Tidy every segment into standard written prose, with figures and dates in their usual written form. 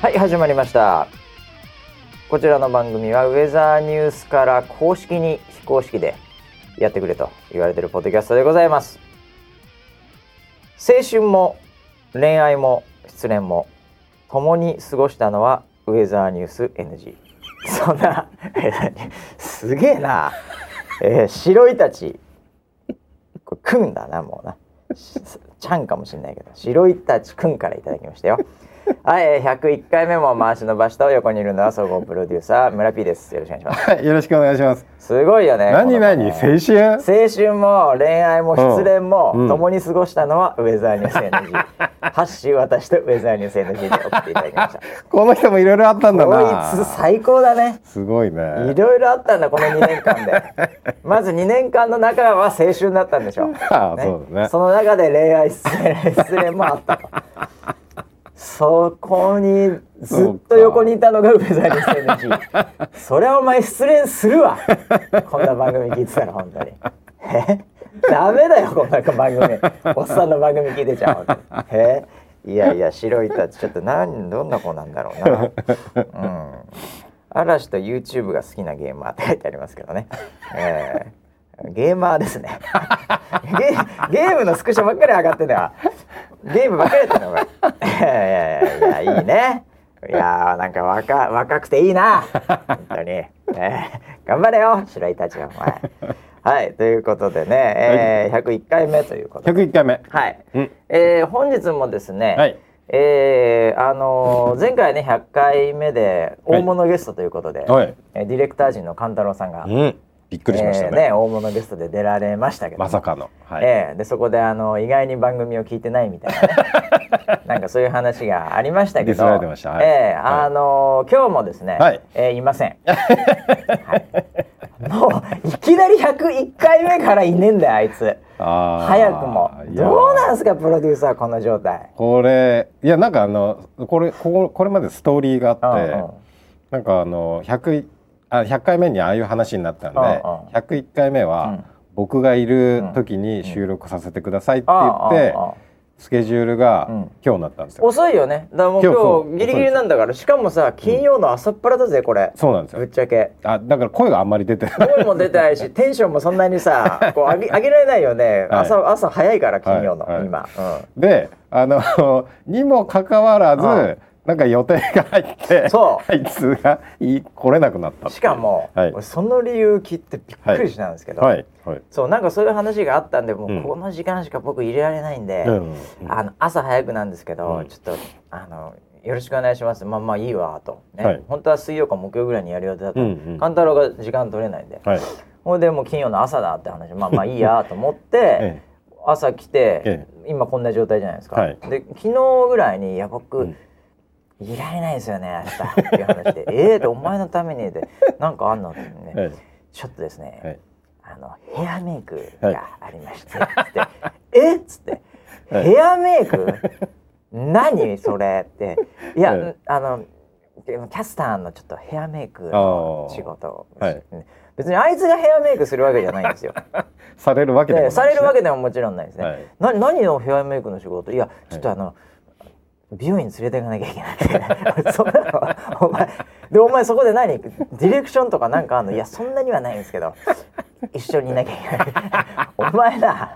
はい、始まりました。こちらの番組はウェザーニュースから公式に非公式でやってくれと言われているポッドキャストでございます。青春も恋愛も失恋も共に過ごしたのはウェザーニュース NG。 そんなすげえな、白いたちこれくんだな、もうなちゃんかもしれないけど白いたちくんからいただきましたよ。はい、101回目も回し伸ばしと横にいるのは総合プロデューサー村 P です。よろしくお願いします。 はい、よろしくお願いします。 すごいよね。 何青春も恋愛も失恋も共に過ごしたのはウェザーニュース NG。ハッシュ私とウェザーニュース NG で送っていただきました。 この人もいろいろあったんだな。 こいつ最高だね。 すごいね。 いろいろあったんだこの2年間で。まず2年間の中は青春だったんでしょ。 ああ、ね、そうだね。 その中で恋愛失恋もあったと。そこにずっと横にいたのがウェザーニュース NG。 そりゃお前失恋するわこんな番組聞いてたら本当にダメだよこんな番組、おっさんの番組聞いてちゃう。いやいや白いたちちょっとどんな子なんだろうな。嵐と YouTube が好きなゲーマーって書いてありますけどね。ゲーマーですね。ゲームのスクショばっかり上がってんだよ。ゲームばっかりやってんのこれ。いやいいね。いやなんか若くていいな本当に、頑張れよ白いたちはお前。はい、ということでね、101回目ということで 101回目、 はい、本日もですね、 はい、 前回ね100回目で大物ゲストということで、 はい、 ディレクター陣の勘太郎さんが、 びっくりしましたね。 大物ゲストで出られましたけど、 まさかの、 でそこで意外に番組を聞いてないみたいなねなんかそういう話がありましたけど、今日もですね、いません。もういきなり101回目からいねえんだよあいつ。早くも。どうなんすかプロデューサーこの状態。 これいやなんかこれまでストーリーがあって、なんか100回目にああいう話になったんで、101回目は僕がいる時に収録させてくださいって言ってスケジュールが今日になったんですよ。 遅いよね。だからもう今日ギリギリなんだから。しかもさ金曜の朝っぱらだぜこれ。 そうなんですよ。 ぶっちゃけ。 だから声があんまり出てない。 声も出てないしテンションもそんなにさこう上げられないよね。朝早いから金曜の今。 でにもかかわらず。なんか予定が入ってあいつが来れなくなった。 しかも、その理由聞いてびっくりしたんですけど、そうなんかそういう話があったんで、もうこの時間しか僕入れられないんで、朝早くなんですけど、ちょっとよろしくお願いします。まあいいわと、ね、本当は水曜か木曜ぐらいにやる予定だった。勘太郎が時間取れないんで、ほいでもう金曜の朝だって話、まあいいやと思って。朝来て、今こんな状態じゃないですか。で昨日ぐらいに僕いられないですよね明日っていう話ででお前のためにでなんかあんのってね、ちょっとですね、ヘアメイクがありましてっつってヘアメイク何それっていやキャスターのちょっとヘアメイクの仕事を、別にあいつがヘアメイクするわけじゃないんですよ。 されるわけでもないですね。 されるわけでももちろんないですね。何のヘアメイクの仕事？いやちょっと美容院連れていかなきゃいけないそんなのお前そこで何ディレクションとかなんかあんの？いやそんなにはないんですけど一緒にいなきゃいけないお前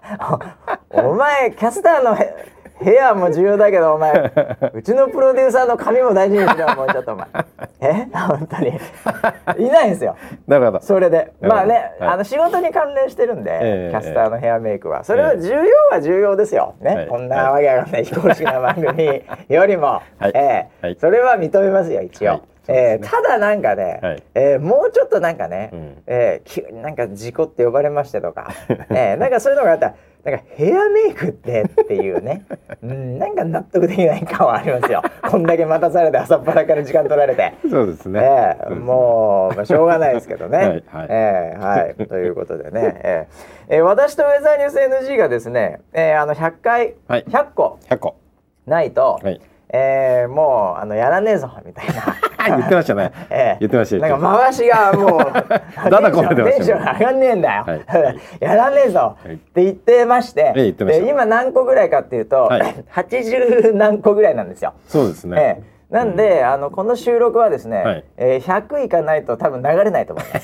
キャスターのヘアも重要だけどお前うちのプロデューサーの髪も大事にしろもうちょっとお前本当にいないんですよ。 なるほど。 それでまあね、仕事に関連してるんで、キャスターのヘアメイクはそれは重要ですよね、こんなわけわかんない非公式な番組よりも、それは認めますよ一応。ただなんかね、もうちょっとなんかね、急になんか事故って呼ばれましてとか、なんかそういうのがあったらなんかヘアメイクっていうね、なんか納得できない感はありますよ。こんだけ待たされて朝っぱらから時間取られて。 そうですね。 もう、しょうがないですけどね。ということでね、私とウェザーニュース NG がですね、100回、100個ないと、もうやらねえぞみたいな。 言ってましたね。言ってました。 なんか回しがもうテンション上がんねえんだよ。やらねえぞって言ってまして、今何個ぐらいかっていうと、80何個ぐらいなんですよ。 そうですね。 なんで、この収録はですね、はい、100いかないと多分流れないと思います。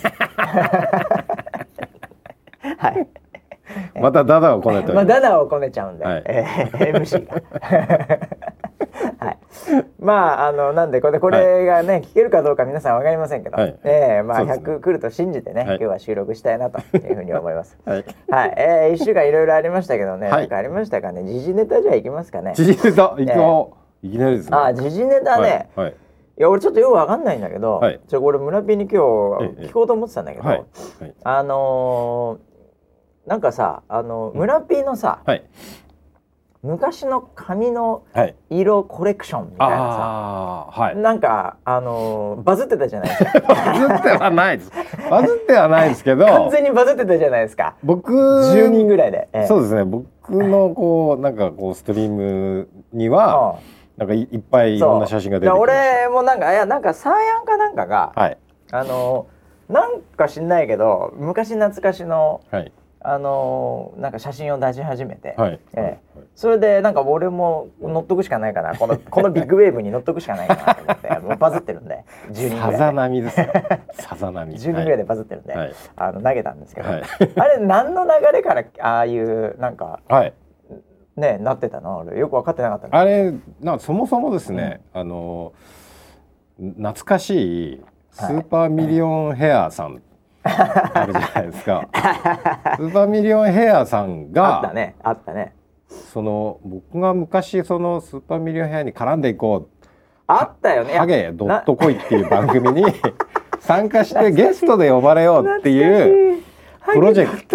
はい。 またダダをこねて、 ダダをこねちゃうんで、はい、MC が。はい。まあなんでこれがね、聞けるかどうか皆さんわかりませんけど、まあ100来ると信じてね、今日は収録したいなというふうに思います。はい。はい。1週間いろいろありましたけどね、なんかありましたかね。時事ネタじゃいきますかね。 時事ネタいきなりですね。 時事ネタね。はい。いや俺ちょっとよくわかんないんだけど、これ村ピーに今日聞こうと思ってたんだけど、なんかさ村ピーのさ、昔の髪の色コレクションみたいなさ、なんかバズってたじゃないですか。 バズってはないです。バズってはないですけど、 完全にバズってたじゃないですか。 僕 10人ぐらいで、 そうですね。僕のこうなんかこうストリームにはなんかいっぱいいろんな写真が出てきました。 俺もなんかサーヤンかなんかが、なんか知んないけど昔懐かしの、なんか写真を出し始めて、それでなんか俺も乗っとくしかないかな、このビッグウェーブに乗っとくしかないかなと思ってもうバズってるんで10人ぐらいさざ波ですよ。さざ波 10人ぐらいでバズってるんで、投げたんですけど、あれ何の流れからああいうなんか、ねなってたの俺よく分かってなかった。 あれそもそもですね、懐かしいスーパーミリオンヘアさんあるじゃないですか。スーパーミリオンヘアさんがあったね。 僕が昔そのスーパーミリオンヘアに絡んでいこうあったよね。 ハゲドットコイっていう番組に参加してゲストで呼ばれようっていうプロジェクト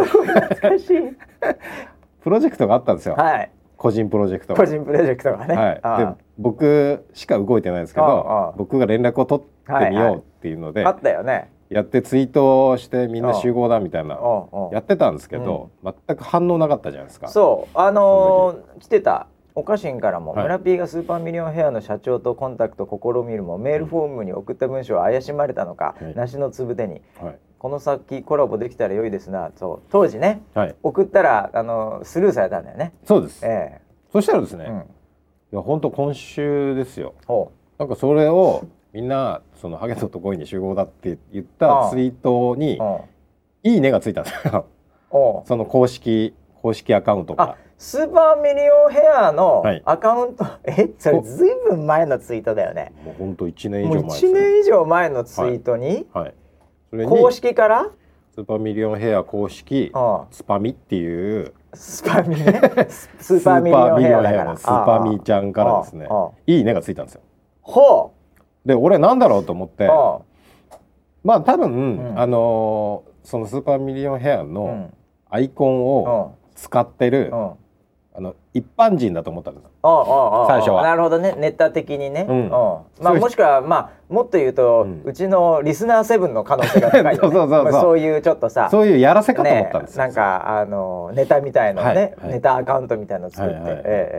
プロジェクトがあったんですよ。個人プロジェクトがね。で僕しか動いてないですけど、僕が連絡を取ってみようっていうので、 あったよね。 やってツイートしてみんな集合だみたいなやってたんですけど、全く反応なかったじゃないですか。 そう来てたおかしんからも、村 P がスーパーミリオンヘアの社長とコンタクト試みるもメールフォームに送った文章は怪しまれたのか、梨のつぶてに、この先コラボできたら良いですな。そう当時ね、送ったらスルーされたんだよね。 そうです。そしたらですね、いや本当今週ですよ。なんかそれをみんなそのハゲドットコインに集合だって言ったツイートにいいねがついたんですよ。その公式アカウントが。 スーパーミリオンヘアのアカウント、それずいぶん前のツイートだよね。 もう本当1年以上前です。 1年以上前のツイートに、それに公式からスーパーミリオンヘア公式スパミっていうスパミねスーパーミリオンヘアだからスーパーミちゃんからですね、いいねがついたんですよ。 ほう。 で俺なんだろうと思って、まあ多分、そのスーパーミリオンヘアのアイコンを使ってる、一般人だと思ったんです。最初は。なるほどね、ネタ的にね。まあもしくはまあもっと言うと、うちのリスナー7の可能性が高いよね。そういうちょっとさ、 そういうやらせかと思ったんですよ。 なんかネタみたいなね、ネタアカウントみたいなの作って、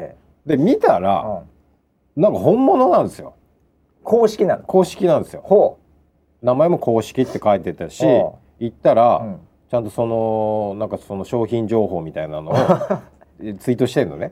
で見たらなんか本物なんですよ。 公式なの。 公式なんですよ。ほう。名前も公式って書いてたし、行ったらちゃんとそのなんかその商品情報みたいなのをツイートしてるのね。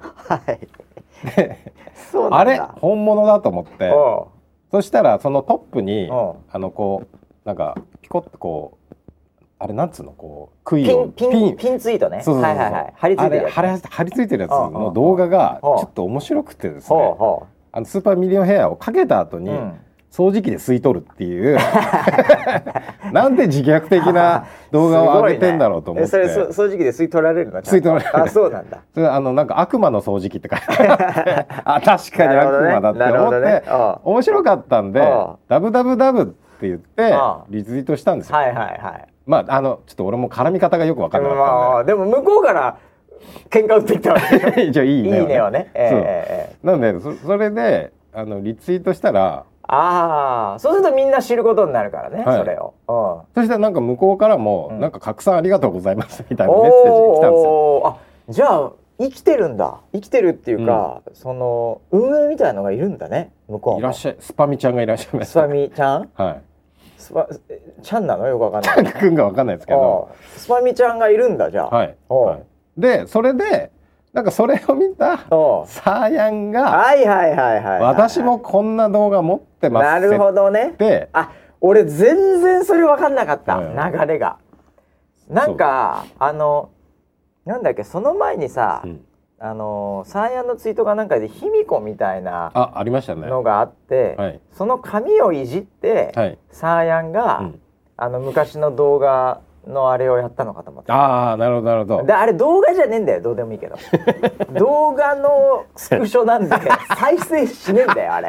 あれ本物だと思って、そしたらそのトップにこうなんかピコッとこうあれなんつうのこうピンツイートね。貼り付いてるやつの動画がちょっと面白くてですね、スーパーミリオンヘアをかけた後に掃除機で吸い取るっていうなんで自虐的な動画を上げてんだろうと思って。 それ掃除機で吸い取られるの？ 吸い取られる。 あ、そうなんだ。 それなんか悪魔の掃除機って書いてあ確かに悪魔だって思って面白かったんでダブダブダブって言ってリツイートしたんですよ。まあちょっと俺も絡み方がよく分からなかったんで。 でも向こうから喧嘩売ってきたわけ。 一応いいねをね。 なんでそれでリツイートしたら。 そうするとみんな知ることになるからね、それを。 そしたらなんか向こうからもなんか拡散ありがとうございますみたいなメッセージが来たんですよ。 じゃあ生きてるんだ。生きてるっていうか、その運営みたいなのがいるんだね、向こう。 いらっしゃい、スパミちゃんがいらっしゃいます。 スパミちゃん？ はい。 ちゃんなのよくわかんない。 くんがわかんないですけど。 スパミちゃんがいるんだじゃあ。 はい。でそれでなんかそれを見たサーヤンが私もこんな動画持ってますなるほどね。あ、俺全然それ分かんなかった、流れが。なんかなんだっけ、その前にさ、サーヤンのツイートがなんかで卑弥呼みたいなありましたねのがあって、はい、その紙をいじって、はい、サーヤンが、昔の動画のあれをやったのかと思って。 ああ、なるほどなるほど。 であれ動画じゃねえんだよ、どうでもいいけど動画のスクショなんで再生しねえんだよあれ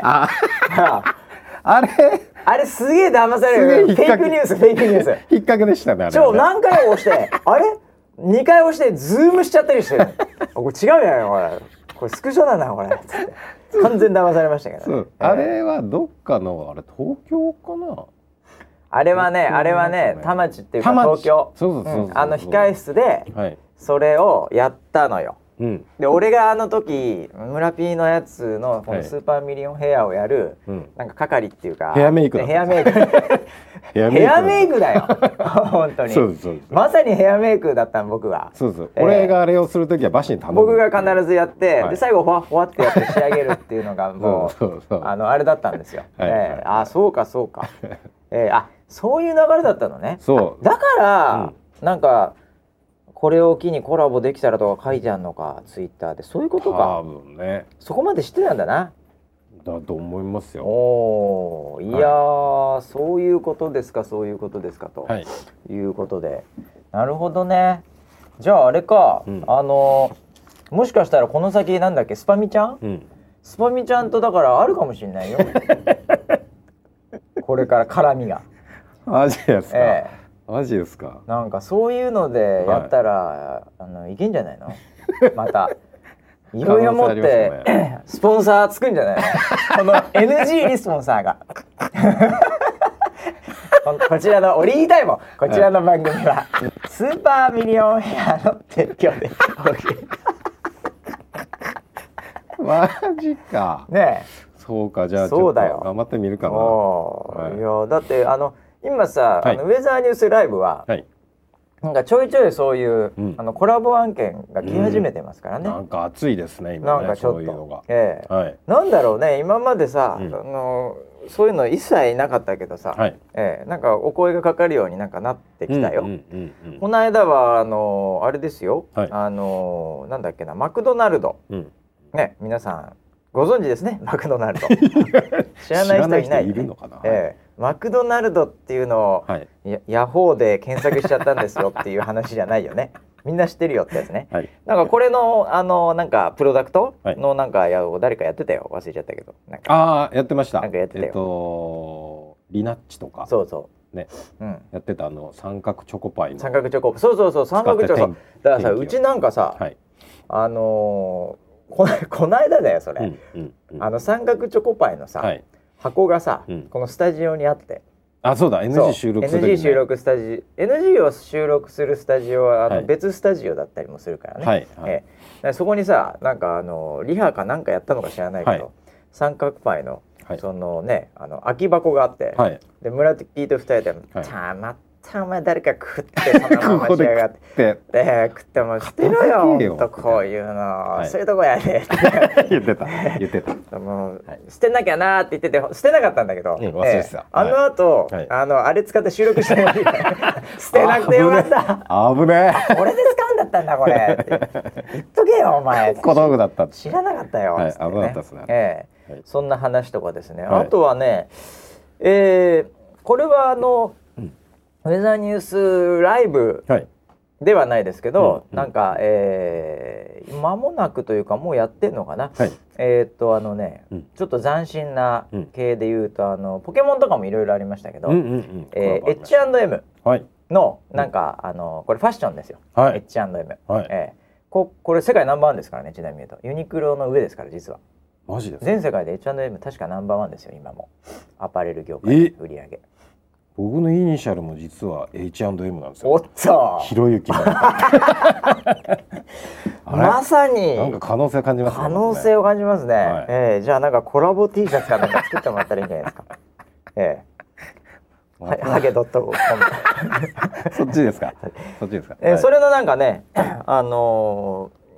あれすげえ騙される。フェイクニュース引っ掛けでしたねあれね。 何回も押してあれ2回押してズームしちゃったりしてるこれ違うやんこれスクショなんだこれ完全騙されましたけど、ね、 あれはどっかのあれ東京かな。 あれはね田町っていうか東京、控え室でそれをやったのよ、で俺があの時村 P のやつのこのスーパーミリオンヘアをやる、なんか係っていうかヘアメイクだヘアメイクだよ本当に。まさにヘアメイクだったの僕は。 俺があれをする時はバシに頼む。 僕が必ずやって、で最後フワフワってやって仕上げるっていうのがもうあれだったんですよ。あ、そうかあ、そういう流れだったのね。だから、なんかこれを機にコラボできたらとか書いてあるのかツイッターで。そういうことか。 多分ね。 そこまで知ってたんだな。 だと思いますよ。 いやー、そういうことですかということで、なるほどね。じゃああれか、もしかしたらこの先なんだっけ、スパミちゃん、スパミちゃんとだからあるかもしれないよこれから絡みが。 マジですか、マジですか。 なんかそういうのでやったら、いけんじゃないのまたいろいろ持ってスポンサーつくんじゃないのこの NG にスポンサーがこちらの俺言いたいもん、こちらの番組はスーパーミリオンヘアの提供でマジかねえ。 そうか、じゃあちょっと頑張ってみるかな。 いやだって今さ、ウェザーニュースライブは、なんかちょいちょいそういう、コラボ案件が来始めてますからね。 なんか熱いですね今ね。なんかちょっとそういうのが、 なんだろうね、今までさ、そういうの一切なかったけどさ、なんかお声がかかるようになんかなってきたよ。この間はあれですよ、なんだっけな、マクドナルド、ね、皆さんご存知ですね、マクドナルド知らない人いない、 いるのかな。 マクドナルドっていうのを、ヤホーで検索しちゃったんですよっていう話じゃないよね。みんな知ってるよってやつね。なんかこれのなんかプロダクトのなんか誰かやってたよ、忘れちゃったけど。なんかやってました。 なんかやってたよ。 リナッチとか。 そうね、やってた三角チョコパイの。 三角チョコ、そう三角チョコ。だからさ、うちなんかさ、この間だよそれ。三角チョコパイのさ。箱がさ、このスタジオにあって、 そうだ NG 収録する、 NG 収録スタジオ、 NG を収録するスタジオは別スタジオだったりもするからね、そこにさ、なんかリハかなんかやったのか知らないけど、三角パイのそのね空き箱があって、で村木と2人で「またお前誰か食ってそのまましやがって」食っても捨てろよほんとこういうの、そういうとこやで言ってたもう捨てなきゃなって言ってて捨てなかったんだけど、 忘れてた。 あの後あれ使って収録して捨てなくてよかった。 危ねえ、 これで使うんだったんだこれ言っとけよお前、 小道具だった、 知らなかったよ。 危なかったですね。 そんな話とかですね。あとはね、これはウェザーニュースライブではないですけど、なんか間もなくというかもうやってんのかな、ちょっと斬新な系でいうとこポケモンとかもいろいろありましたけど、H&M のなんかこれファッションですよ、H&M。これ世界ナンバーワンですからね、ちなみに言うとユニクロの上ですから、実は。 マジですか。 全世界で H&M 確かナンバーワンですよ今も、アパレル業界売り上げ。 僕のイニシャルも実は H&M なんですよ。 おっと、 ひろゆきまさになんか可能性を感じますね。 可能性を感じますね。じゃあなんかコラボ T シャツかなんか作ってもらったらいいんじゃないですか。ハゲ.com そっちですか。そっちですか。 それのなんかね、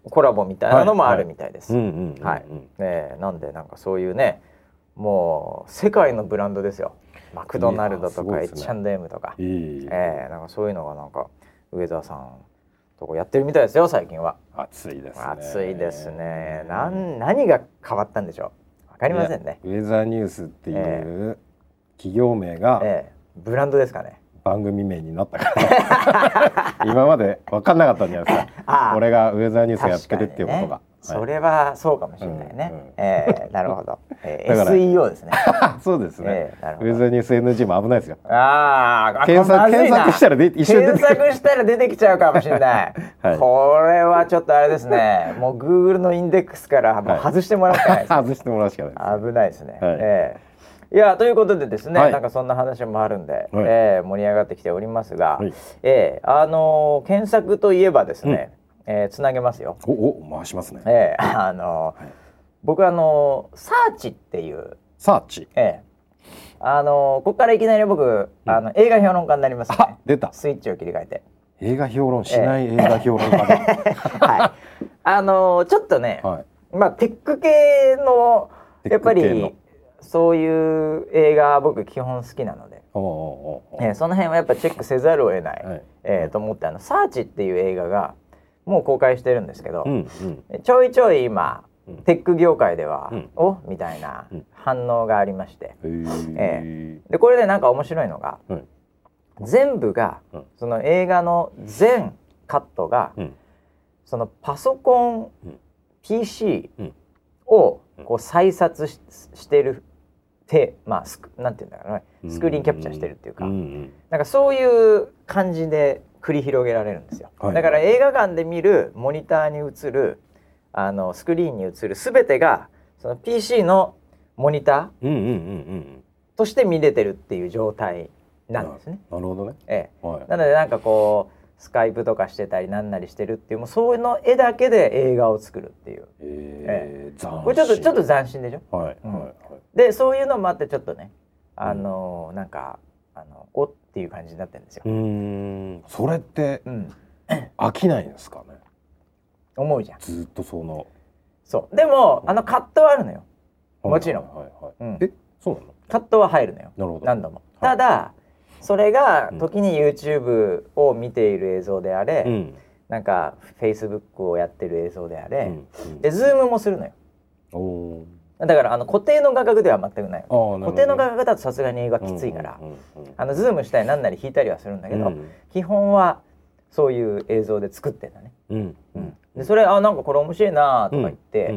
コラボみたいなのもあるみたいです。なんでなんかそういうねもう世界のブランドですよ。マクドナルドとか H&M とか、なんかそういうのがなんか上澤さんとこやってるみたいですよ最近は。 暑いですね。 暑いですね。何が変わったんでしょう。わかりませんね。 ウェザーニュースっていう企業名が、 ブランドですかね。 番組名になったから今まで分かんなかったんじゃないですか。俺がウェザーニュースやってるっていうことが。 それはそうかもしれないね。なるほど。SEO ですね。 そうですね。ウェザーニュース NG も危ないですよ。 検索したら検索したら出てきちゃうかもしれない。これはちょっとあれですね。もう Google のインデックスからもう外してもらうしかないです。 外してもらうしかない。 危ないですね。いやということでですね、なんかそんな話もあるんで、盛り上がってきておりますが、検索といえばですね、つなげますよ。 回しますね。 僕サーチっていうサーチ、 ここからいきなり僕映画評論家になりますね。 出た。 スイッチを切り替えて映画評論しない映画評論家だ。 ちょっとね、まあテック系のやっぱりそういう映画僕基本好きなので、その辺はやっぱチェックせざるを得ない、と思ってサーチっていう映画がもう公開してるんですけど、ちょいちょい今テック業界では、みたいな反応がありまして、でこれでなんか面白いのが、全部がその映画の全カットが、そのパソコン、PC をこう再撮してるまあなんていうんだろうね、スクリーンキャプチャーしてるっていうか、なんかそういう感じで繰り広げられるんですよ。だから映画館で見るモニターに映るスクリーンに映る全てがその PC のモニターとして見れてるっていう状態なんですね。 なるほどね。 なのでなんかこうスカイプとかしてたりなんなりしてるっていうもうそういうの絵だけで映画を作るっていう、これちょっと斬新でしょ。でそういうのもあってちょっとねなんかおっていう感じになってるんですよ。 それって、飽きないんですかね。 思うじゃん。 ずっとそうでもカットはあるのよ、もちろん。 そうなの。 カットは入るのよ。 なるほど。 何度も。ただそれが時に YouTube を見ている映像であれ、なんか Facebook をやってる映像であれ、でズームもするのよ。だから固定の画角では全くない。固定の画角だとさすがに映画きついからズームしたりなんなり引いたりはするんだけど、基本はそういう映像で作ってんだね。でそれなんかこれ面白いなとか言って、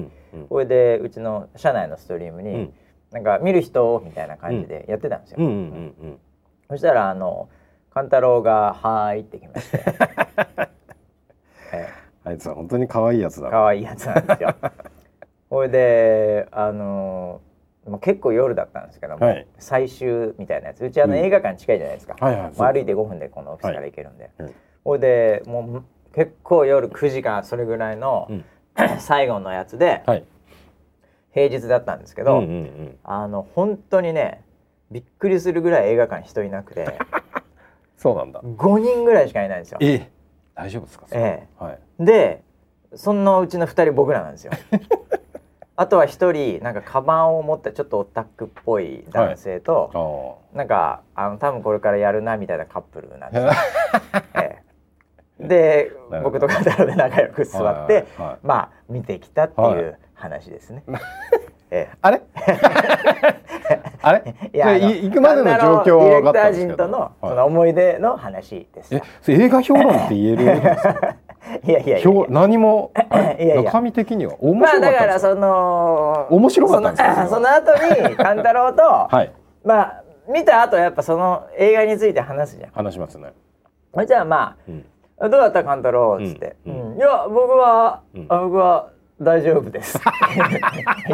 これでうちの社内のストリームになんか見る人みたいな感じでやってたんですよ。そしたら勘太郎が「はーい」ってきまして。 あいつは本当に可愛いやつだ。 可愛いやつなんですよ。それで結構夜だったんですけども、最終みたいなやつ、うち映画館近いじゃないですか。歩いて5分でこのオフィスから行けるんで、それでもう結構夜9時かそれぐらいの最後のやつで、平日だったんですけど、本当にねびっくりするぐらい映画館人いなくて。 そうなんだ。 5人ぐらいしかいないんですよ。 大丈夫ですか。 でそのうちの2人僕らなんですよ。あとは1人なんかカバンを持ったちょっとオタクっぽい男性と、なんか多分これからやるなみたいなカップルなんですよ。で僕とカタロで仲良く座ってまあ見てきたっていう話ですね。 あれあれ行くまでの状況は分かったんですけど、ディレクター陣とのその思い出の話です。 映画評論って言えるんですか。 いや何も中身的には面白かったんですか。 だからその面白かったんですか。 その後に勘太郎とまあ見た後やっぱその映画について話すじゃん。 話しますね。 じゃあまあどうだった勘太郎っつって、いや僕は大丈夫ですって言って、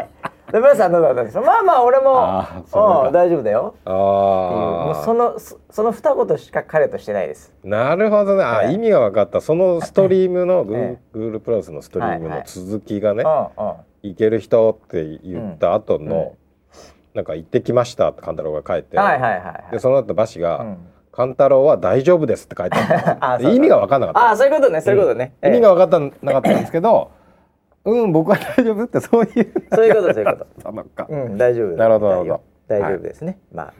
で村さんどうだったんですか。まあまあ俺も大丈夫だよっていう、もうその二言しか彼としてないです。 なるほどね。意味が分かった。そのストリームの Google プラスのストリームの続きがね、行ける人って言った後のなんか行ってきましたって勘太郎が書いて、でその後バシが勘太郎は大丈夫ですって書いてある意味が分かんなかった。 そういうことね、そういうことね、 意味が分かんなかったんですけど僕は大丈夫ってそういうことそういうこと大丈夫、 なるほどなるほど、 大丈夫ですね、だ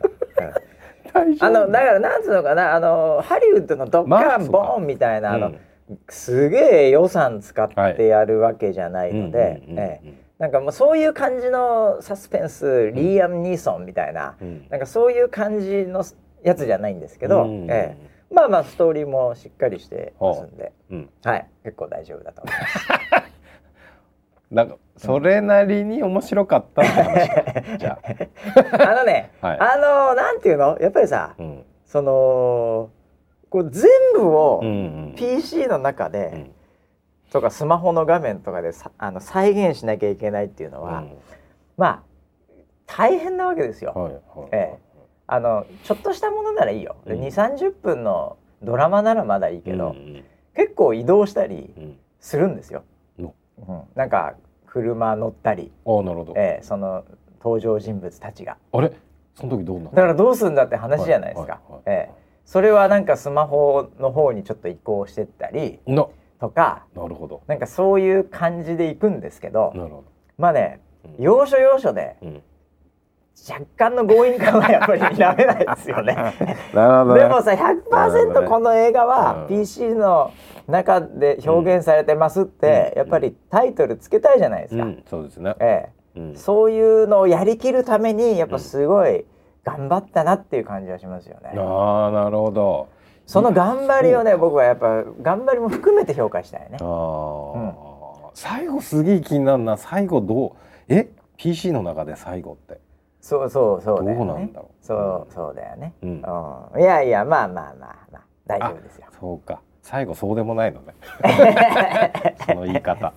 からなんつうのかな、ハリウッドのドッカンボーンみたいなすげえ予算使ってやるわけじゃないので、なんかもうそういう感じのサスペンス、リーアム・ニーソンみたいな、なんかそういう感じのやつじゃないんですけど、まあまあストーリーもしっかりしてますんで、はい、結構大丈夫だと思います。 なんかそれなりに面白かったって話か。じゃあなんていうの、やっぱりさ、そのこう全部を PC の中で、とかスマホの画面とかで再現しなきゃいけないっていうのは、まあ大変なわけですよ。ちょっとしたものならいいよ。2、30分のドラマならまだいいけど、結構移動したりするんですよ。なんか車乗ったり、その登場人物たちが。 あれその時どうなの？ だからどうするんだって話じゃないですか。それはなんかスマホの方にちょっと移行してったりとか、なんかそういう感じでいくんですけど、まあね、要所要所で若干の強引感はやっぱり否めないですよね。でもさ 100% この映画は PC の中で表現されてますってやっぱりタイトルつけたいじゃないですか。 そうですね。 そういうのをやりきるためにやっぱすごい頑張ったなっていう感じはしますよね。 なるほど。 その頑張りをね、僕はやっぱ頑張りも含めて評価したいね。 最後すげえ気になるな。最後どうPC の中で最後ってそうだよね。 どうなんだろう。 そうだよね。いやいや、まあ大丈夫ですよ。 そうか、最後そうでもないのね。その言い方。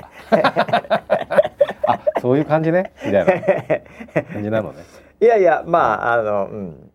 そういう感じねみたいな感じなのね。 いやいや、まあ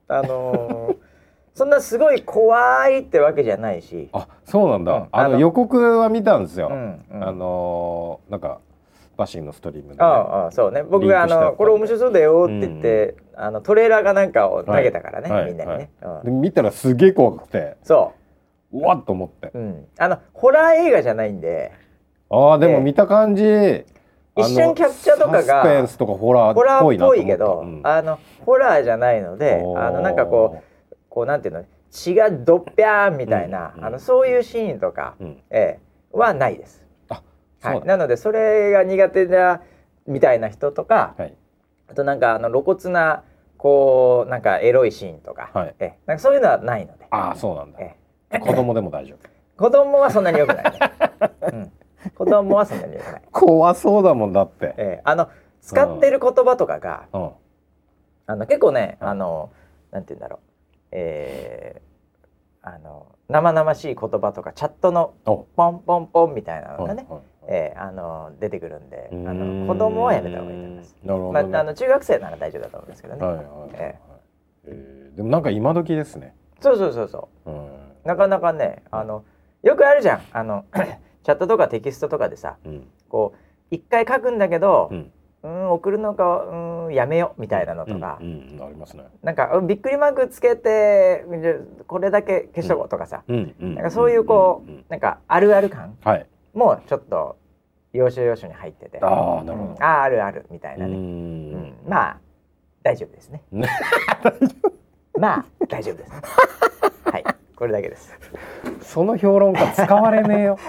そんなすごい怖いってわけじゃないし。 そうなんだ。予告は見たんですよ。なんかバシンのストリームで、 そうね、僕がこれ面白そうだよって言って、トレーラーがなんかを投げたからね、みんなにね。 で見たらすげえ怖くて、うわっと思って。 ホラー映画じゃないんで。 でも見た感じ一瞬キャプチャーとかがサスペンスとかホラーっぽいなと思った。 けど、ホラーじゃないので、なんかこうなんていうの、血がドッピャーみたいな、そういうシーンとかはないです。なのでそれが苦手だみたいな人とか、あとなんか露骨なこうなんかエロいシーンとか、なんかそういうのはないので。 そうなんだ。子供でも大丈夫。 子供はそんなに良くないね。子供はそんなに良くない。 怖そうだもんだって。 使ってる言葉とかが結構ね、なんて言うんだろう、生々しい言葉とかチャットのポンポンポンみたいなのがね、出てくるんで、子供はやめた方がいいと思います。中学生なら大丈夫だと思うんですけどね。 でもなんか今時ですね。 そう。なかなかね、よくあるじゃん。チャットとかテキストとかでさ、こう一回書くんだけど、送るのかやめよみたいなのとか、ありますね。 なんかびっくりマークつけてこれだけ消しとこうとかさ、なんかそういうこうなんかあるある感もうちょっと要所要所に入ってて、あるあるみたいなね。まあ大丈夫ですね。まあ大丈夫です。はい、これだけです。 その評論家使われねえよ。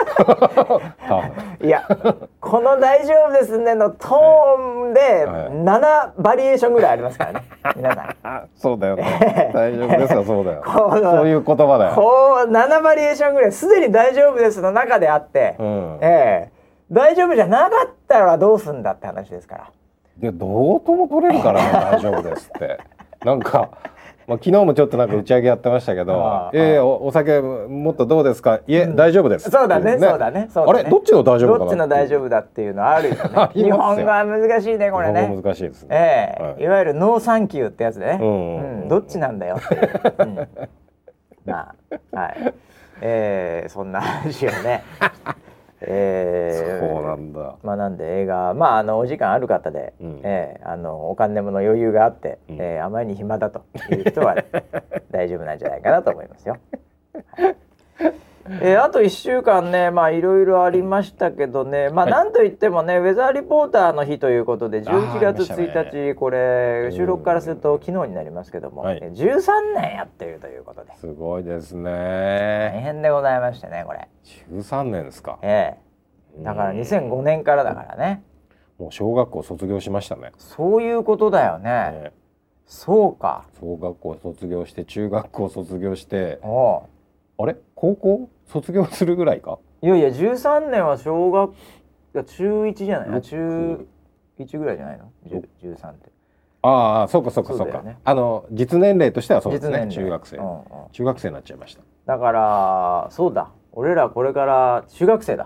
いや、この大丈夫ですねのトーンで7バリエーションぐらいありますからね。皆さん。 そうだよね。大丈夫ですよ、そうだよ。そういう言葉だよ。 こう7バリエーションぐらいすでに大丈夫ですの中であって、大丈夫じゃなかったらどうすんだって話ですから。 でどうとも取れるからね、大丈夫ですって。なんか。昨日もちょっとなんか打ち上げやってましたけど、お酒もっとどうですか？いえ、大丈夫です。 そうだね。 あれどっちの大丈夫かな？ どっちの大丈夫だっていうのはあるよね。日本語は難しいね、これね。 難しいですね。 いわゆるノーサンキューってやつでね。どっちなんだよっていう。まあはい。そんな話をねそうなんだ。 まあなんで映画お時間ある方で、お金の余裕があって、あまりに暇だという人は、大丈夫なんじゃないかなと思いますよ。あと1週間ねいろいろありましたけどねなんといってもねウェザーリポーターの日ということで11月1日これ収録からすると昨日になりますけども、13年やってるということですごいですね。 大変でございましてねこれ 13年ですか。 だから2005年からだからねもう小学校卒業しましたね。 そういうことだよね、そうか。 小学校卒業して中学校卒業してあれ高校卒業するぐらいか。 いやいや13年は小学中1じゃないの。中1ぐらいじゃないの13って。 ああそうかそうかそうか、ね、実年齢としてはそうですね。中学生、中学生になっちゃいました。 だからそうだ俺らこれから中学生だ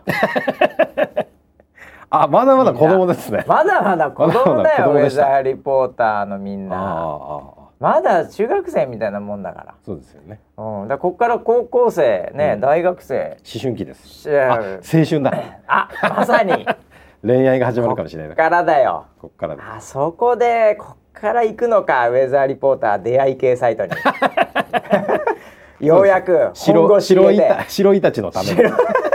あまだまだ子供ですね。 まだまだ子供だよウェザーリポーターのみんな。まだ中学生みたいなもんだから。 そうですよね。 だこっから高校生ね、大学生思春期です。青春だ。 まさに恋愛が始まるかもしれない。 こっからだよ。 こっからだ。そこでこっから行くのかウェザーリポーター出会い系サイトにようやく本腰入れて白イタチのために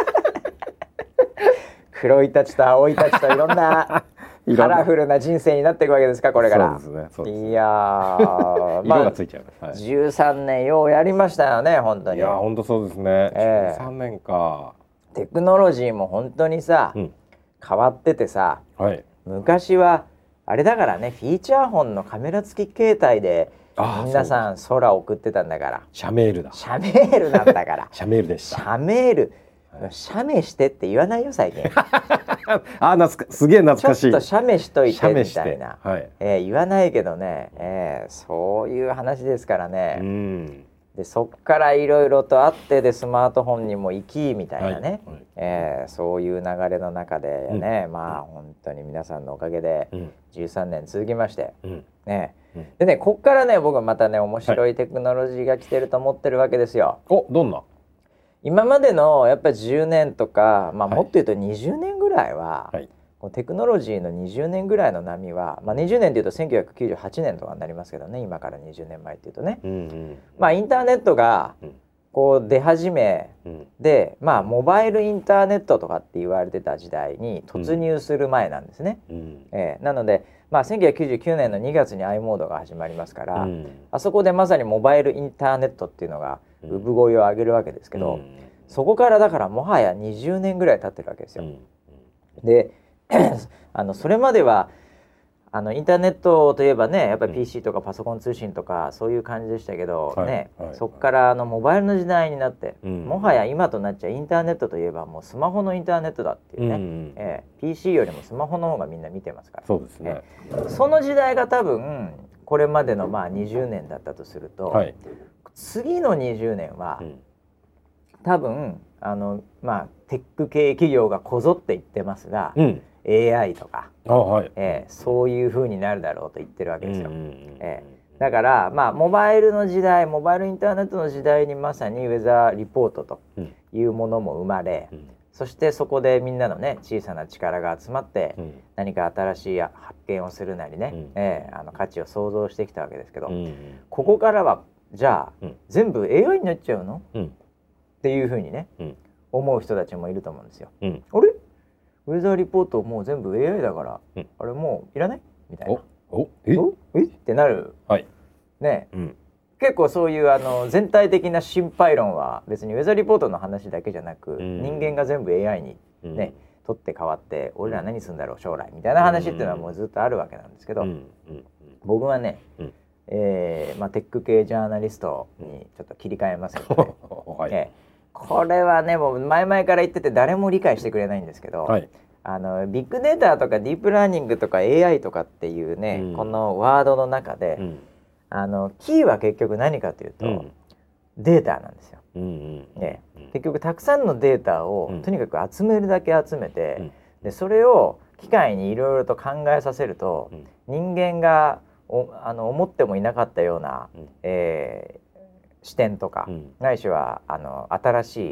黒イタチと青イタチといろんなカラフルな人生になっていくわけですかこれから。 そうですね。 いや色がついちゃう。 13年ようやりましたよね本当に。 いや本当そうですね。13年か。 テクノロジーも本当にさ、変わっててさ、昔はあれだからねフィーチャーフォンのカメラ付き携帯で皆さん空を送ってたんだから。 シャメールだ。 シャメールなんだからシャメールでした。 シャメール写メしてって言わないよ最近すげえ懐かしい。 ちょっと写メしといてみたいな、言わないけどね、そういう話ですからね。でそっからいろいろとあってでスマートフォンにも行きみたいなね、そういう流れの中でね、本当に皆さんのおかげで13年続きまして、でねこっからね僕はまたね面白いテクノロジーが来てると思ってるわけですよ。 どんな？ 今までのやっぱり10年とか、もっと言うと20年ぐらいは、テクノロジーの20年ぐらいの波は、20年でいうと1998年とかになりますけどね今から20年前っていうとね、インターネットがこう出始めで、モバイルインターネットとかって言われてた時代に突入する前なんですね。なので1999年の2月に i モードが始まりますから、あそこでまさにモバイルインターネットっていうのが産声を上げるわけですけど、そこからだからもはや20年ぐらい経ってるわけですよ。でそれまではインターネットといえばねやっぱり PC とかパソコン通信とかそういう感じでしたけど、そこからモバイルの時代になって、もはや今となっちゃインターネットといえばもうスマホのインターネットだっていうね、PC よりもスマホの方がみんな見てますから。 そうですね。 その時代が多分これまでの20年だったとすると、次の20年は、多分テック系企業がこぞって言ってますが、AI とか、そういう風になるだろうと言ってるわけですよ。だからモバイルの時代モバイルインターネットの時代にまさにウェザーリポートというものも生まれ、そしてそこでみんなのね小さな力が集まって、何か新しい発見をするなりね、価値を創造してきたわけですけど、ここからはじゃあ、全部 AI になっちゃうの、っていうふうにね、思う人たちもいると思うんですよ。あれウェザーリポートもう全部 AI だから、あれもういらないみたいな。ってなる、ね、結構そういう全体的な心配論は別にウェザーリポートの話だけじゃなく、人間が全部 AI にね、取って代わって俺ら何するんだろう将来みたいな話っていうのはもうずっとあるわけなんですけど、僕はね、テック系ジャーナリストにちょっと切り替えますけどね、これはねもう前々から言ってて誰も理解してくれないんですけど、ビッグデータとかディープラーニングとか AI とかっていうね、このワードの中で、キーは結局何かというと、データなんですよ。結局たくさんのデータをとにかく集めるだけ集めて、でそれを機械にいろいろと考えさせると、人間が思ってもいなかったような、視点とか、ないしは新しい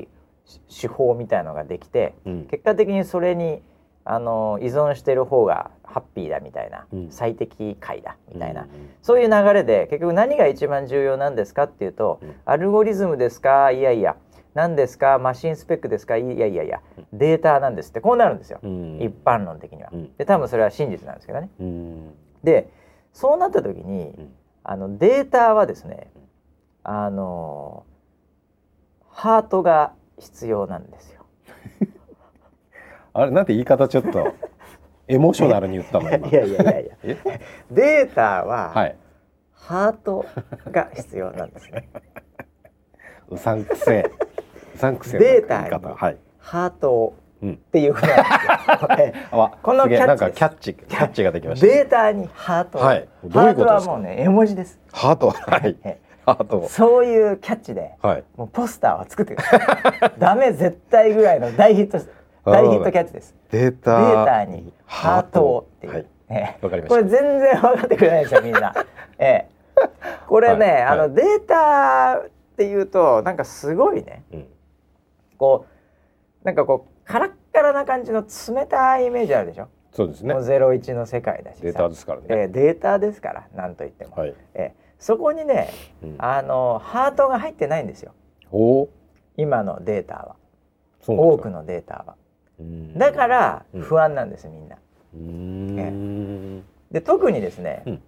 手法みたいのができて、結果的にそれに依存してる方がハッピーだみたいな、最適解だみたいな、そういう流れで結局何が一番重要なんですかっていうと、アルゴリズムですか、いやいや何ですか、マシンスペックですか、いやいやいやデータなんですって、こうなるんですよ、一般論的には。で多分それは真実なんですけどね。でそうなった時にデータはですねハートが必要なんですよ。 あれなんて言い方ちょっとエモーショナルに言ったの今。 いやデータは、ハートが必要なんですね。 うさんくせえデータにハートをっていうふうなんですよ。このキャッチです。なんかキャッチができました。 データにハートを、ハートはもうね絵文字です。 ハート、ハート。 そういうキャッチで、もうポスターを作ってください。ダメ絶対ぐらいの大ヒットキャッチです。 データにハートをっていう。 わかりました。 これ全然分かってくれないですよみんな。これねデータっていうとなんかすごいね、こうなんかこうカラッカラな感じの冷たいイメージあるでしょ。 そうですね。 もう01の世界だしさ、 データですからね。 データですからなんといっても、そこにね、ハートが入ってないんですよ。今のデータは、多くのデータは。だから不安なんですよみんな。で特にですね、ビ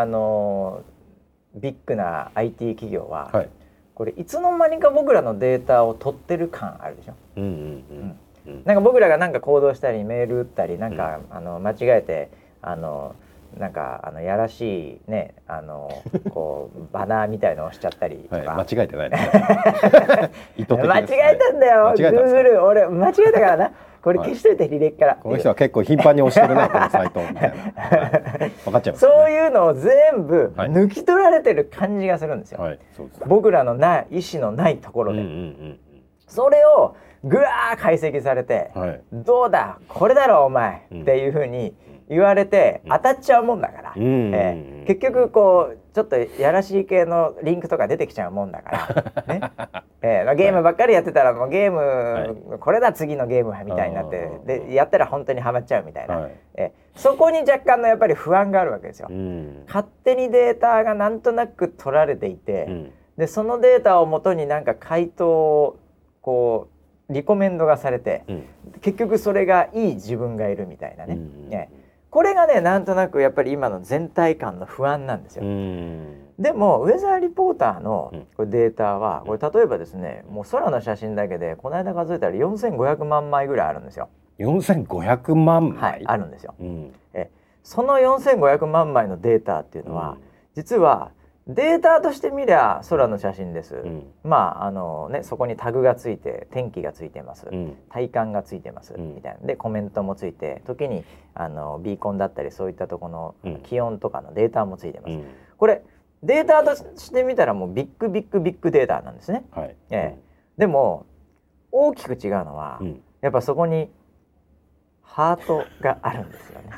ッグな IT 企業は、これいつの間にか僕らのデータを取ってる感あるでしょ。なんか僕らがなんか行動したりメール打ったりなんか、間違えてなんかやらしいねこうバナーみたいのをしちゃったりとか、 間違えてないです間違えたんだよ Google、 俺間違えたからなこれ消しといて履歴から。 この人は結構頻繁に押してるねこのサイトみたいな、分かっちゃいます。 そういうのを全部抜き取られてる感じがするんですよ、僕らの意思のないところで。それをぐわー解析されて、どうだこれだろお前、っていう風に言われて当たっちゃうもんだから、結局こうちょっとやらしい系のリンクとか出てきちゃうもんだからね、ゲームばっかりやってたらもうゲーム、これだ次のゲームみたいになって、でやったら本当にハマっちゃうみたいな、そこに若干のやっぱり不安があるわけですよ。勝手にデータがなんとなく取られていて、でそのデータをもとになんか回答をこうリコメンドがされて、結局それがいい自分がいるみたいなね、これがねなんとなくやっぱり今の全体感の不安なんですよ。でもウェザーリポーターのこれデータはこれ例えばですね、もう空の写真だけでこの間数えたら4500万枚ぐらいあるんですよ。 4500万枚、 あるんですよ。その4500万枚のデータっていうのは、実はデータとして見りゃ空の写真です、まあそこにタグがついて天気がついてます、体感がついてます、みたいなでコメントもついて、時にビーコンだったりそういったところの気温とかのデータもついてます、これデータとして見たらもうビッグデータなんですね、でも大きく違うのは、やっぱそこにハートがあるんですよね。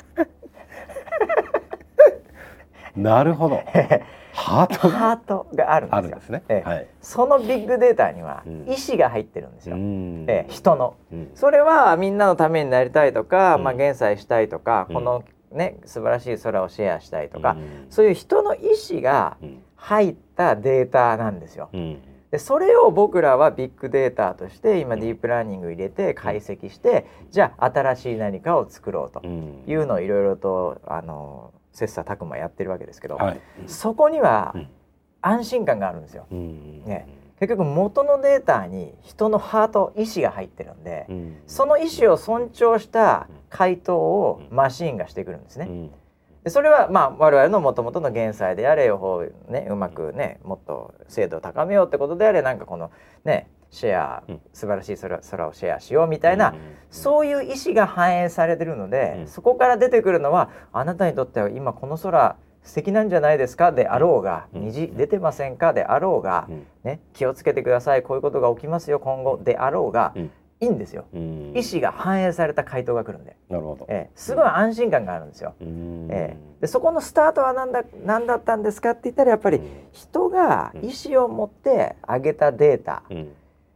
なるほど。ハートがあるんですよ。そのビッグデータには意思が入ってるんですよ、人の、それはみんなのためになりたいとか、減災したいとか、このね素晴らしい空をシェアしたいとか、そういう人の意思が入ったデータなんですよ。でそれを僕らはビッグデータとして今ディープラーニング入れて解析して、じゃあ新しい何かを作ろうというのをいろいろと切磋琢磨やってるわけですけど、そこには安心感があるんですよ、結局元のデータに人のハート意思が入ってるんで、その意思を尊重した回答をマシーンがしてくるんですね、でそれは我々の元々の減災であれをねうまくねもっと精度を高めようってことであれ、なんかこのねシェア、素晴らしい空をシェアしようみたいな、そういう意思が反映されてるので、そこから出てくるのはあなたにとっては今この空素敵なんじゃないですかであろうが、虹出てませんかであろうが、気をつけてくださいこういうことが起きますよ今後であろうが、いいんですよ、意思が反映された回答が来るんで。 なるほど、 すごい安心感があるんですよ。でそこのスタートは何だったんですかって言ったら、やっぱり人が意思を持って上げたデータ、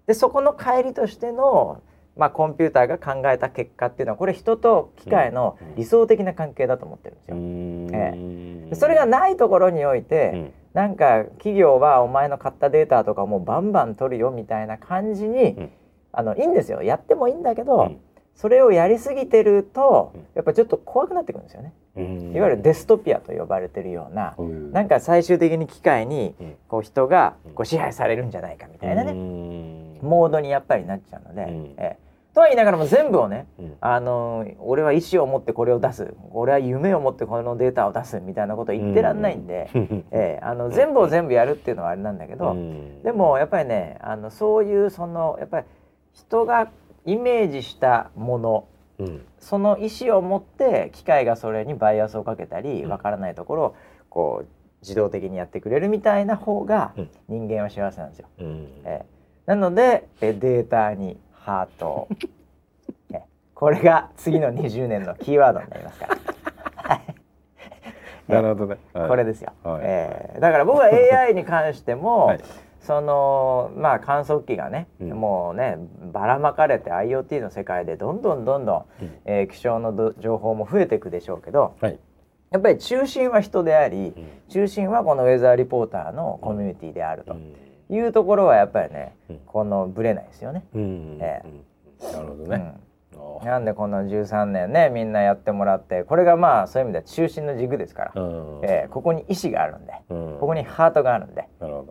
でそこの帰りとしての、コンピューターが考えた結果っていうのはこれ人と機械の理想的な関係だと思ってるんですよ。それがないところにおいて、なんか企業はお前の買ったデータとかもうバンバン取るよみたいな感じに、いいんですよ、やってもいいんだけど、それをやりすぎてるとやっぱちょっと怖くなってくるんですよね。いわゆるデストピアと呼ばれてるような、なんか最終的に機械にこう人がこう支配されるんじゃないかみたいなね、モードにやっぱりなっちゃうので、とは言いながらも全部をね、俺は意思を持ってこれを出す、俺は夢を持ってこのデータを出すみたいなこと言ってらんないんで、全部を全部やるっていうのはあれなんだけど、でもやっぱりね、そういうやっぱり人がイメージしたもの、その意思を持って機械がそれにバイアスをかけたり、わからないところをこう自動的にやってくれるみたいな方が人間は幸せなんですよ。なのでデータにハートこれが次の20年のキーワードになりますからなるほどね、 これですよ。だから僕は AI に関しても、その観測器がね、もうねばらまかれて IoT の世界でどんどん、気象の情報も増えていくでしょうけど、やっぱり中心は人であり、中心はこのウェザーリポーターのコミュニティであるというところはやっぱりね、このブレないですよね。 なるほどね。 なんでこの13年ねみんなやってもらって、これがそういう意味では中心の軸ですから、ここに意志があるんで、ここにハートがあるんで、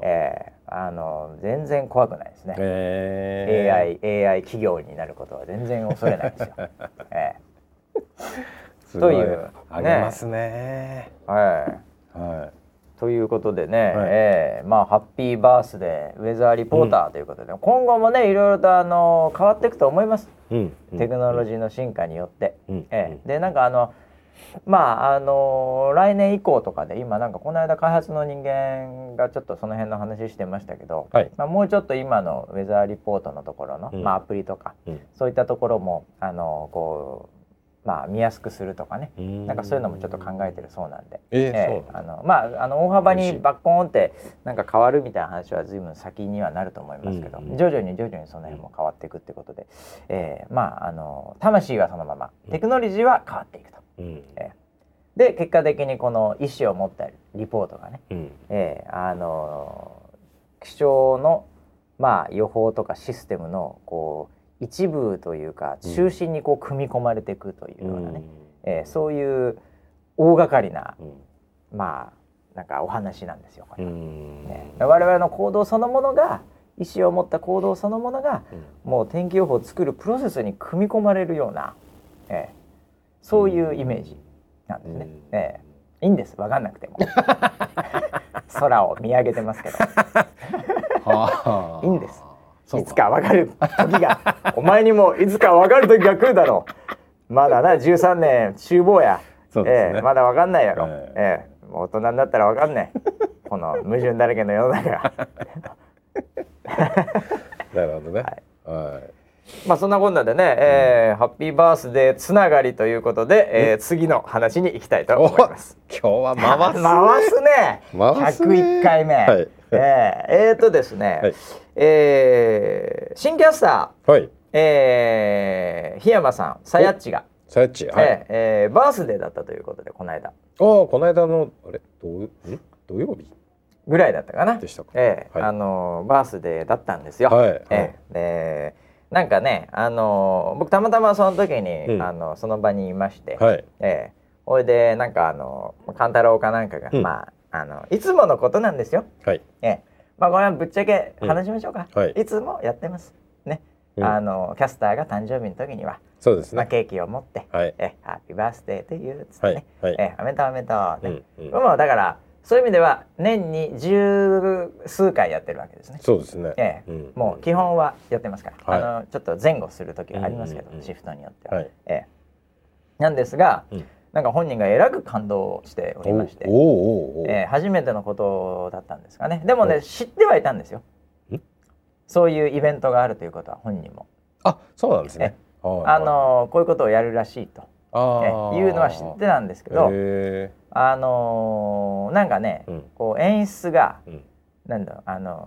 全然怖くないですね。AI 企業になることは全然恐れないですよ。というあげますね。 ということでね、ハッピーバースデーウェザーリポーターということで、今後もねいろいろと変わっていくと思います、テクノロジーの進化によって。でなんか来年以降とかで、今なんかこの間開発の人間がちょっとその辺の話してましたけど、もうちょっと今のウェザーリポートのところの、アプリとか、そういったところもこう見やすくするとかね、なんかそういうのもちょっと考えてるそうなんで、大幅にバッコーンってなんか変わるみたいな話は随分先にはなると思いますけど、徐々にその辺も変わっていくってことで、魂はそのまま、テクノロジーは変わっていくと。で結果的にこの意思を持ったリポートがね、気象の予報とかシステムのこう一部というか中心にこう組み込まれていくというようなね、そういう大掛かりな、なんかお話なんですよこれは。我々の行動そのものが、意思を持った行動そのものが、もう天気予報を作るプロセスに組み込まれるような、そういうイメージなんですね。いいんです、分かんなくても空を見上げてますけどいいんです。いつか分かる時がお前にもいつか分かる時が来るだろう。まだな13年厨房や、まだ分かんないやろ、もう大人になったら分かんないこの矛盾だらけの世の中なるほどね。 そんなこんなでね、ハッピーバースデーつながりということで、次の話に行きたいと思います。 今日は回すね101回目。ですね、新キャスター、檜山さん、さやっちがバースデーだったということで、この間この間のあれ土曜日ぐらいだったかなでしたか。 バースデーだったんですよ。でなんかね、僕たまたまその時に、その場にいまして、それでなんか勘太郎かなんかが、いつものことなんですよ。これはぶっちゃけ話しましょうか。いつもやってますね。キャスターが誕生日の時には、 そうですね、 ケーキを持って「ハッピーバースデーという」つってね「おめでとうおめでとう」ね。もうだからそういう意味では年に十数回やってるわけですね。 そうですね。 もう基本はやってますから、ちょっと前後する時がありますけど、シフトによっては。なんですが、なんか本人がえらく感動しておりまして、初めてのことだったんですかね。でもね、知ってはいたんですよ。そういうイベントがあるということは本人も。 そうなんですね。 こういうことをやるらしいというのは知ってたんですけど、なんかね、こう演出が、なんだ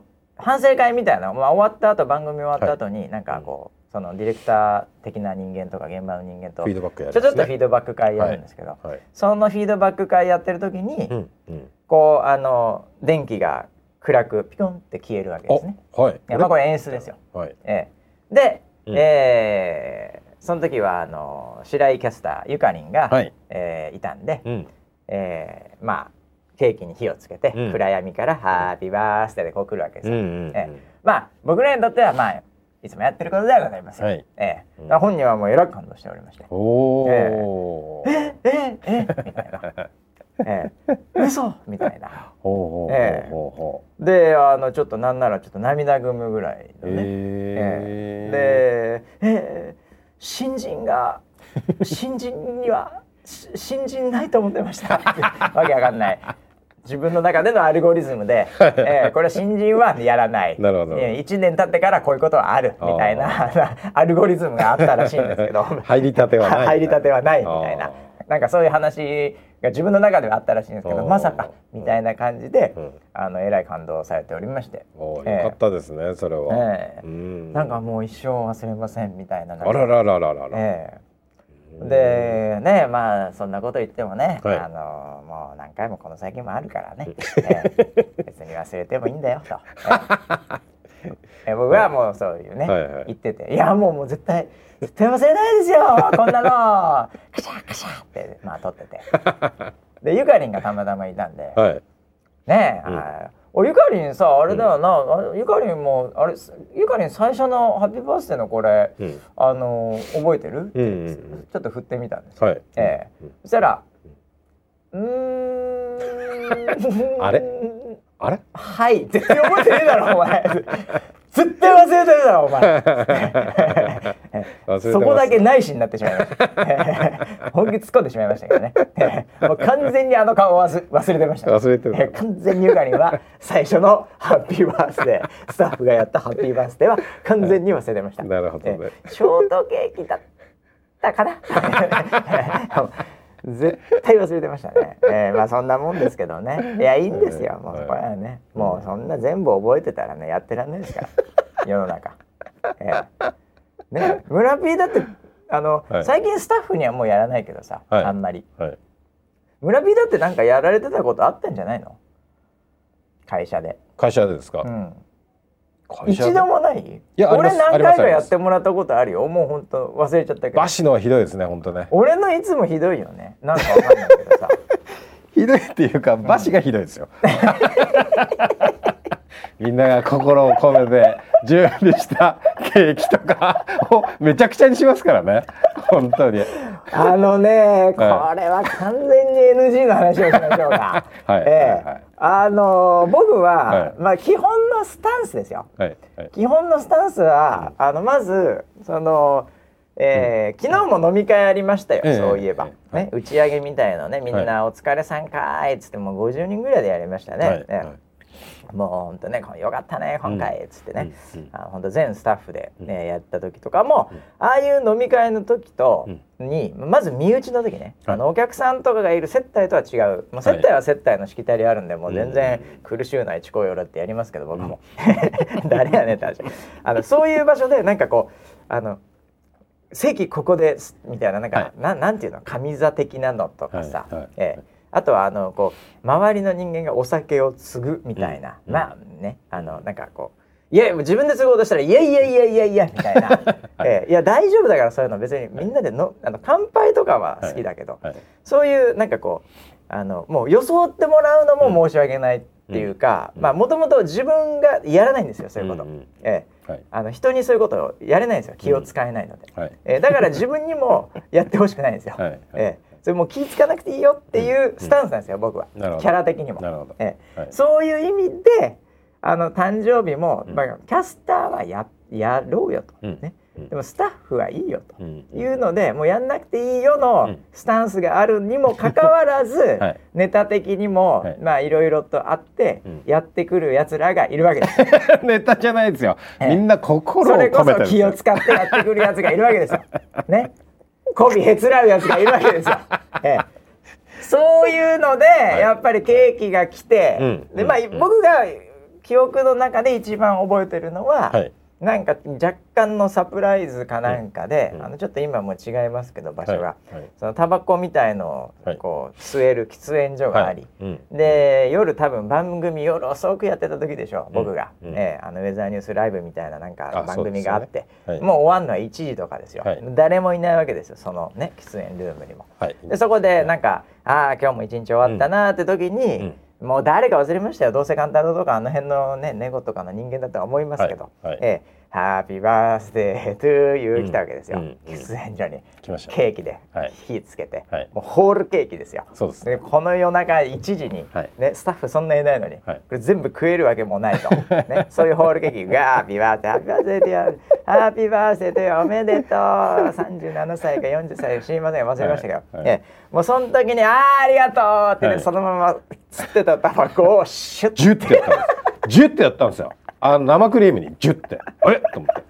反省会みたいな、終わった後番組終わった後になんかこう、そのディレクター的な人間とか現場の人間とフィードバックやる、 ちょっとフィードバック会やるんですけど、そのフィードバック会やってる時に、こう電気が暗くピコンって消えるわけですね。これ演出ですよ。で、その時は白井キャスターゆかりんが、いたんで、まあケーキに火をつけて、暗闇からハッピーバースデーでこう来るわけですよ。まあ僕らにとってはまあいつもやってることではございますよ。本人はもうえらく感動しておりまして、みたいな。嘘みたいな。でちょっとなんならちょっと涙ぐむぐらいのね。で新人には新人ないと思ってましたわけわかんない自分の中でのアルゴリズムで、これ新人はやらない1年経ってからこういうことはあるみたいなアルゴリズムがあったらしいんですけど入りたてはないみたいな、なんかそういう話が自分の中ではあったらしいんですけど、まさかみたいな感じで、えらい感動されておりまして、 よかったですねそれは。 なんかもう一生忘れませんみたいな。 あらららららら。 でね、まあそんなこと言ってもね、もう何回もこの先もあるからね、別に忘れてもいいんだよと、僕はもうそういうね、言ってて、いやもう絶対忘れないですよこんなのカシャカシャってまあ撮っててでゆかりんがたまたまいたんで、ねえ、ゆかりんさあれだよな、ゆかりんもあれゆかりん最初のハッピーバースデーのこれ、覚えてる？ちょっと振ってみたんです。そしたらあれはい絶対覚えてねえだろお前絶対忘れてるだろお前そこだけ内視になってしまいました本気突っ込んでしまいましたけどねもう完全に顔を忘れてました、完全にゆかりんは最初のハッピーバースデースタッフがやったハッピーバースデーは完全に忘れてました。 なるほどね。 ショートケーキだったかな絶対忘れてましたね。まあそんなもんですけどね。いやいいんですよ。もうこれはね、もうそんな全部覚えてたらねやってらんないですから世の中。ね、村 P だって最近スタッフにはもうやらないけどさ、あんまり。村 P だってなんかやられてたことあったんじゃないの？会社で。 会社でですか？ 一度もない？俺何回かやってもらったことあるよ。もう本当忘れちゃったけど。 バシのはひどいですね本当ね。 俺のいつもひどいよね。なんかわかんないけどさ。 ひどいっていうかバシがひどいですよ。みんなが心を込めて準備したケーキとかをめちゃくちゃにしますからね本当に。 これは完全に NG の話をしましょうか。僕は、まあ基本のスタンスですよ。基本のスタンスはまずその昨日も飲み会ありましたよ、そういえば、ね、打ち上げみたいのね、みんなお疲れさんかーいっつってもう50人ぐらいでやりましたね。もうほんとねよかったね今回っつってね、ほんと全スタッフで、やった時とかも、ああいう飲み会の時とに、まず身内の時ね、お客さんとかがいる接待とは違う、接待は接待のしきたりあるんで、もう全然苦しゅうないちこよろってやりますけど僕も誰やねんって話そういう場所でなんかこう席ここですみたいななんていうの上座的なのとかさ、あとはこう周りの人間がお酒を継ぐみたいな、まあねなんかこういや自分で継ごうとしたらいやみたいな、いや大丈夫だからそういうの別にみんなで乾杯とかは好きだけど、そういうなんかこうもう装ってもらうのも申し訳ないっていうか、まあもともと自分がやらないんですよそういうこと。人にそういうことをやれないんですよ、気を使えないので、だから自分にもやってほしくないんですよ。それもう気付かなくていいよっていうスタンスなんですよ、僕は。キャラ的にも。そういう意味で誕生日も、キャスターはやろうよと、ね。でもスタッフはいいよというので、もうやんなくていいよのスタンスがあるにもかかわらず、ネタ的にもまあいろいろとあってやってくるやつらがいるわけです。 ネタじゃないですよ。みんな心を込めてそれこそ気を使ってやってくるやつがいるわけですよ。ね。媚びへつらうやつがいるわけですよ。そういうのでやっぱりケーキが来て、でまあ僕が記憶の中で一番覚えてるのは、はい、なんか若干のサプライズかなんかで、ちょっと今も違いますけど場所が、はいはい、そのタバコみたいのをこう吸える喫煙所があり、はい、で夜多分番組夜遅くやってた時でしょ、僕が、ウェザーニュースライブみたいななんか番組があって、ね、はい、もう終わるのは1時とかですよ、はい、誰もいないわけですよ、そのね喫煙ルームにも、はい、でそこでなんか、今日も一日終わったなーって時に、もう誰か忘れましたよ、どうせ簡単とかあの辺のね猫とかの人間だとは思いますけど、はいはい、ハッピーバースデートゥーユー来たわけですよ、喫煙所にケーキで火つけて、はい、もうホールケーキですよ。そうです、ね、この夜中1時に、はい、ね、スタッフそんないないのに、はい、これ全部食えるわけもないと、ね、そういうホールケーキがハッピーバースデーハッピーバースデーハッピーバースデートゥーおめでとう37歳か40歳知りません忘れましたけど、はいはい、もうその時にありがとうって、ね、はい、そのまま吸ってたタバコをシュッジュッてやったんですジュッてやったんですよ。生クリームにジュッてあれと思って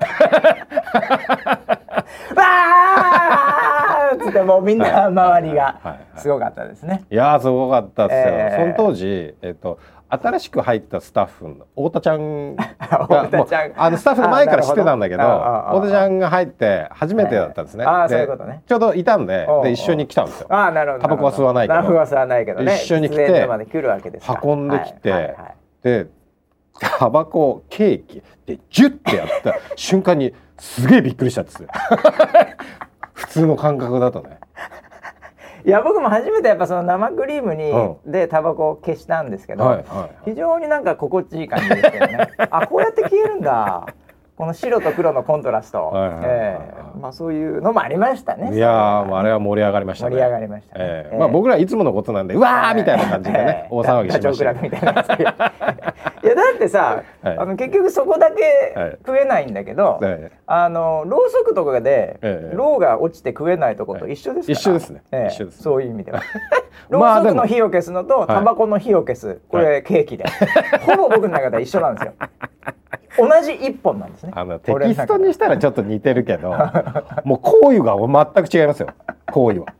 わーっつってもうみんな周りがすごかったですね。 いやーすごかったですよ、その当時、新しく入ったスタッフの太田ちゃんがもうスタッフの前から知ってたんだけど太田ちゃんが入って初めてだったんですね。 そういうことね。 ちょうどいたんで一緒に来たんですよ。タバコは吸わないけど一緒に来て運んできて、でタバコケーキでジュッてやった瞬間にすげえびっくりしたんですよ普通の感覚だとね。 いや僕も初めてやっぱその生クリームに、でタバコを消したんですけど、非常になんか心地いい感じですけどねこうやって消えるんだこの白と黒のコントラスト、まあそういうのもありましたね。 いやあれは盛り上がりましたね。 盛り上がりましたね。 まあ僕らいつものことなんでうわーみたいな感じでね大騒ぎしました。 ダチョウ倶楽部みたいなやついやだってさ、結局そこだけ食えないんだけど、ろうそくとかでろうが落ちて食えないとこと一緒ですから。 一緒ですね。一緒です。 そういう意味では。ろうそくの火を消すのとタバコの火を消すこれケーキでほぼ僕の中では一緒なんですよ。同じ一本なんですね。 テキストにしたらちょっと似てるけどもう行為が全く違いますよ行為は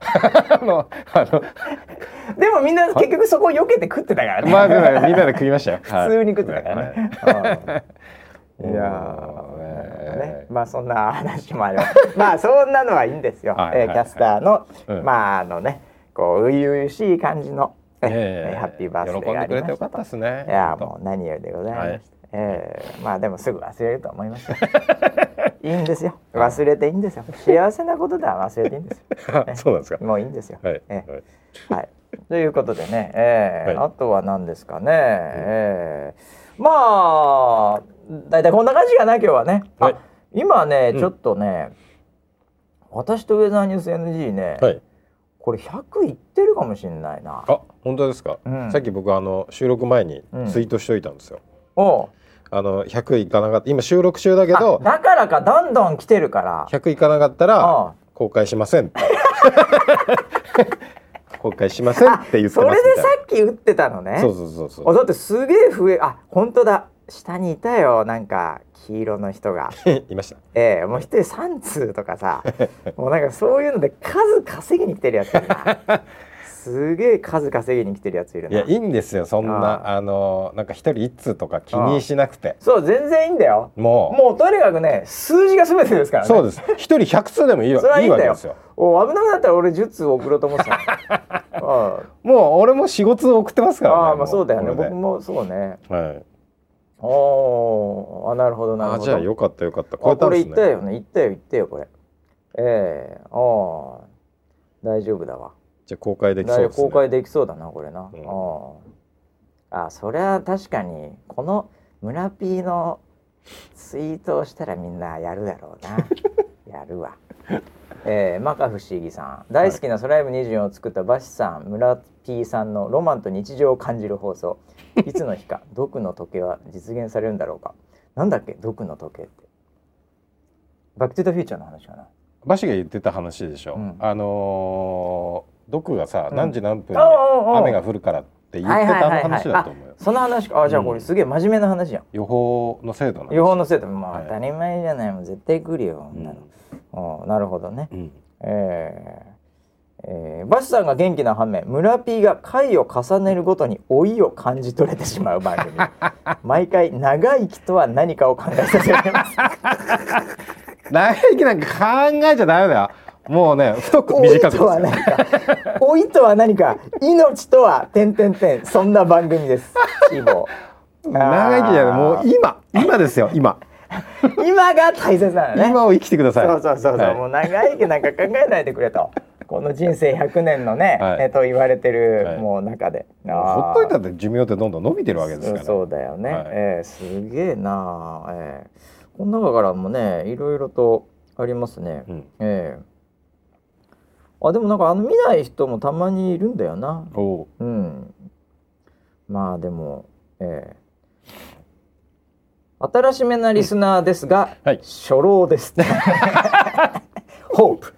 でもみんな結局そこを避けて食ってたからね。 まあでもみんなで食いましたよ普通に食ってたからね、いやね、まあそんな話もありますまあそんなのはいいんですよ、キャスターの、まあねこう初々しい感じの、ハッピーバースデーがありました。喜んでくれてよかったですね。いやもう何よりでございました。まあでもすぐ忘れると思いますよいいんですよ、忘れていいんですよ、幸せなことでは忘れていいんですよ、 そうなんですか。 もういいんですよ。はい、ということでね、あとは何ですかね、まあだいたいこんな感じかな今日はね。今ねちょっとね、私とウェザーニュース NG ね、これ100いってるかもしれないな。 本当ですか。さっき僕収録前にツイートしといたんですよ。100いかなかった今収録中だけどだからかどんどん来てるから 100いかなかったら公開しませんって公開しませんって言ってますみたいな。 それでさっき打ってたのね。そうだってすげえ増え本当だ下にいたよなんか黄色の人がいました。 もう一人3通とかさもうなんかそういうので数稼ぎに来てるやついるなすげえ数稼ぎに来てるやついるな。 いやいいんですよそんななんか一人一通とか気にしなくて。 そう全然いいんだよ。もうとにかくね数字が全てですからね。 そうです。一人100通でもいいわけですよ。 危なくなったら俺10通送ろうと思ってたもう俺も4、5通送ってますからね。 まあそうだよね僕もそうね。なるほどなるほど。 じゃあよかったよかった。 これ言ったよね言ったよこれ。大丈夫だわ。 じゃあ公開できそうですね。 公開できそうだなこれな。それは確かにこの村 P のツイートをしたらみんなやるだろうなやるわ。マカ不思議さん大好きなソライブ24を作ったバシさん村 P さんのロマンと日常を感じる放送いつの日か毒の時計は実現されるんだろうか。なんだっけ毒の時計ってバックトゥザフューチャーの話かな。 バシが言ってた話でしょ。毒がさ、何時何分に雨が降るからって言ってた話だと思うよ。 その話か。じゃあこれすげえ真面目な話じゃん。 予報の精度予報の精度当たり前じゃないもう絶対来るよ。なるほどね。 バシさんが元気な反面、村 P が回を重ねるごとに老いを感じ取れてしまう番組。毎回長生きとは何かを考えさせられます。 長生きなんか考えちゃダメだよ。もうね、太く短くですよ。 老いとは何か、命とはそんな番組です。長生きじゃない、もう今ですよ、今が大切なのね。 今を生きてください。 そう、はい、もう長生きなんか考えないでくれと。この人生100年のね、はい、と言われてる、はい、もう中でほっといたって寿命ってどんどん伸びてるわけですから。 そうだよね、はい、すげえな、この中からもねいろいろとありますね、うん、でもなんか見ない人もたまにいるんだよな。うん、まあでも、新しめなリスナーですが、はい、初老です。ホープ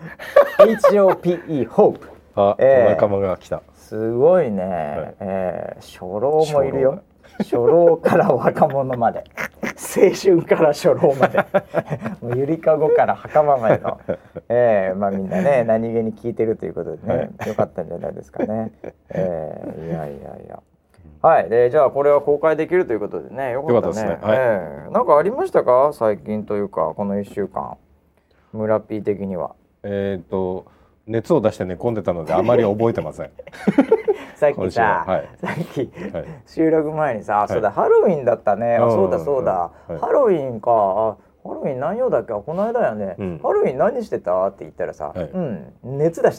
HOPE ホープ。 お仲間が来た。 すごいね、はい、初老もいるよ。初老から若者まで、青春から初老まで、もうゆりかごから袴までの、まあみんなね何気に聞いてるということでね、よかったんじゃないですかね。いや。はい、でじゃあこれは公開できるということでね、よかったね。ですね、はい、なんかありましたか最近というかこの1週間、村 P 的には。 熱を出して寝込んでたのであまり覚えてません。 さっきさ、収録前にさ、そうだハロウィンだったね。そうだ、ハロウィンか。ハロウィン何曜だっけ、この間やね、ハロウィン何してたって言ったらさ、熱出して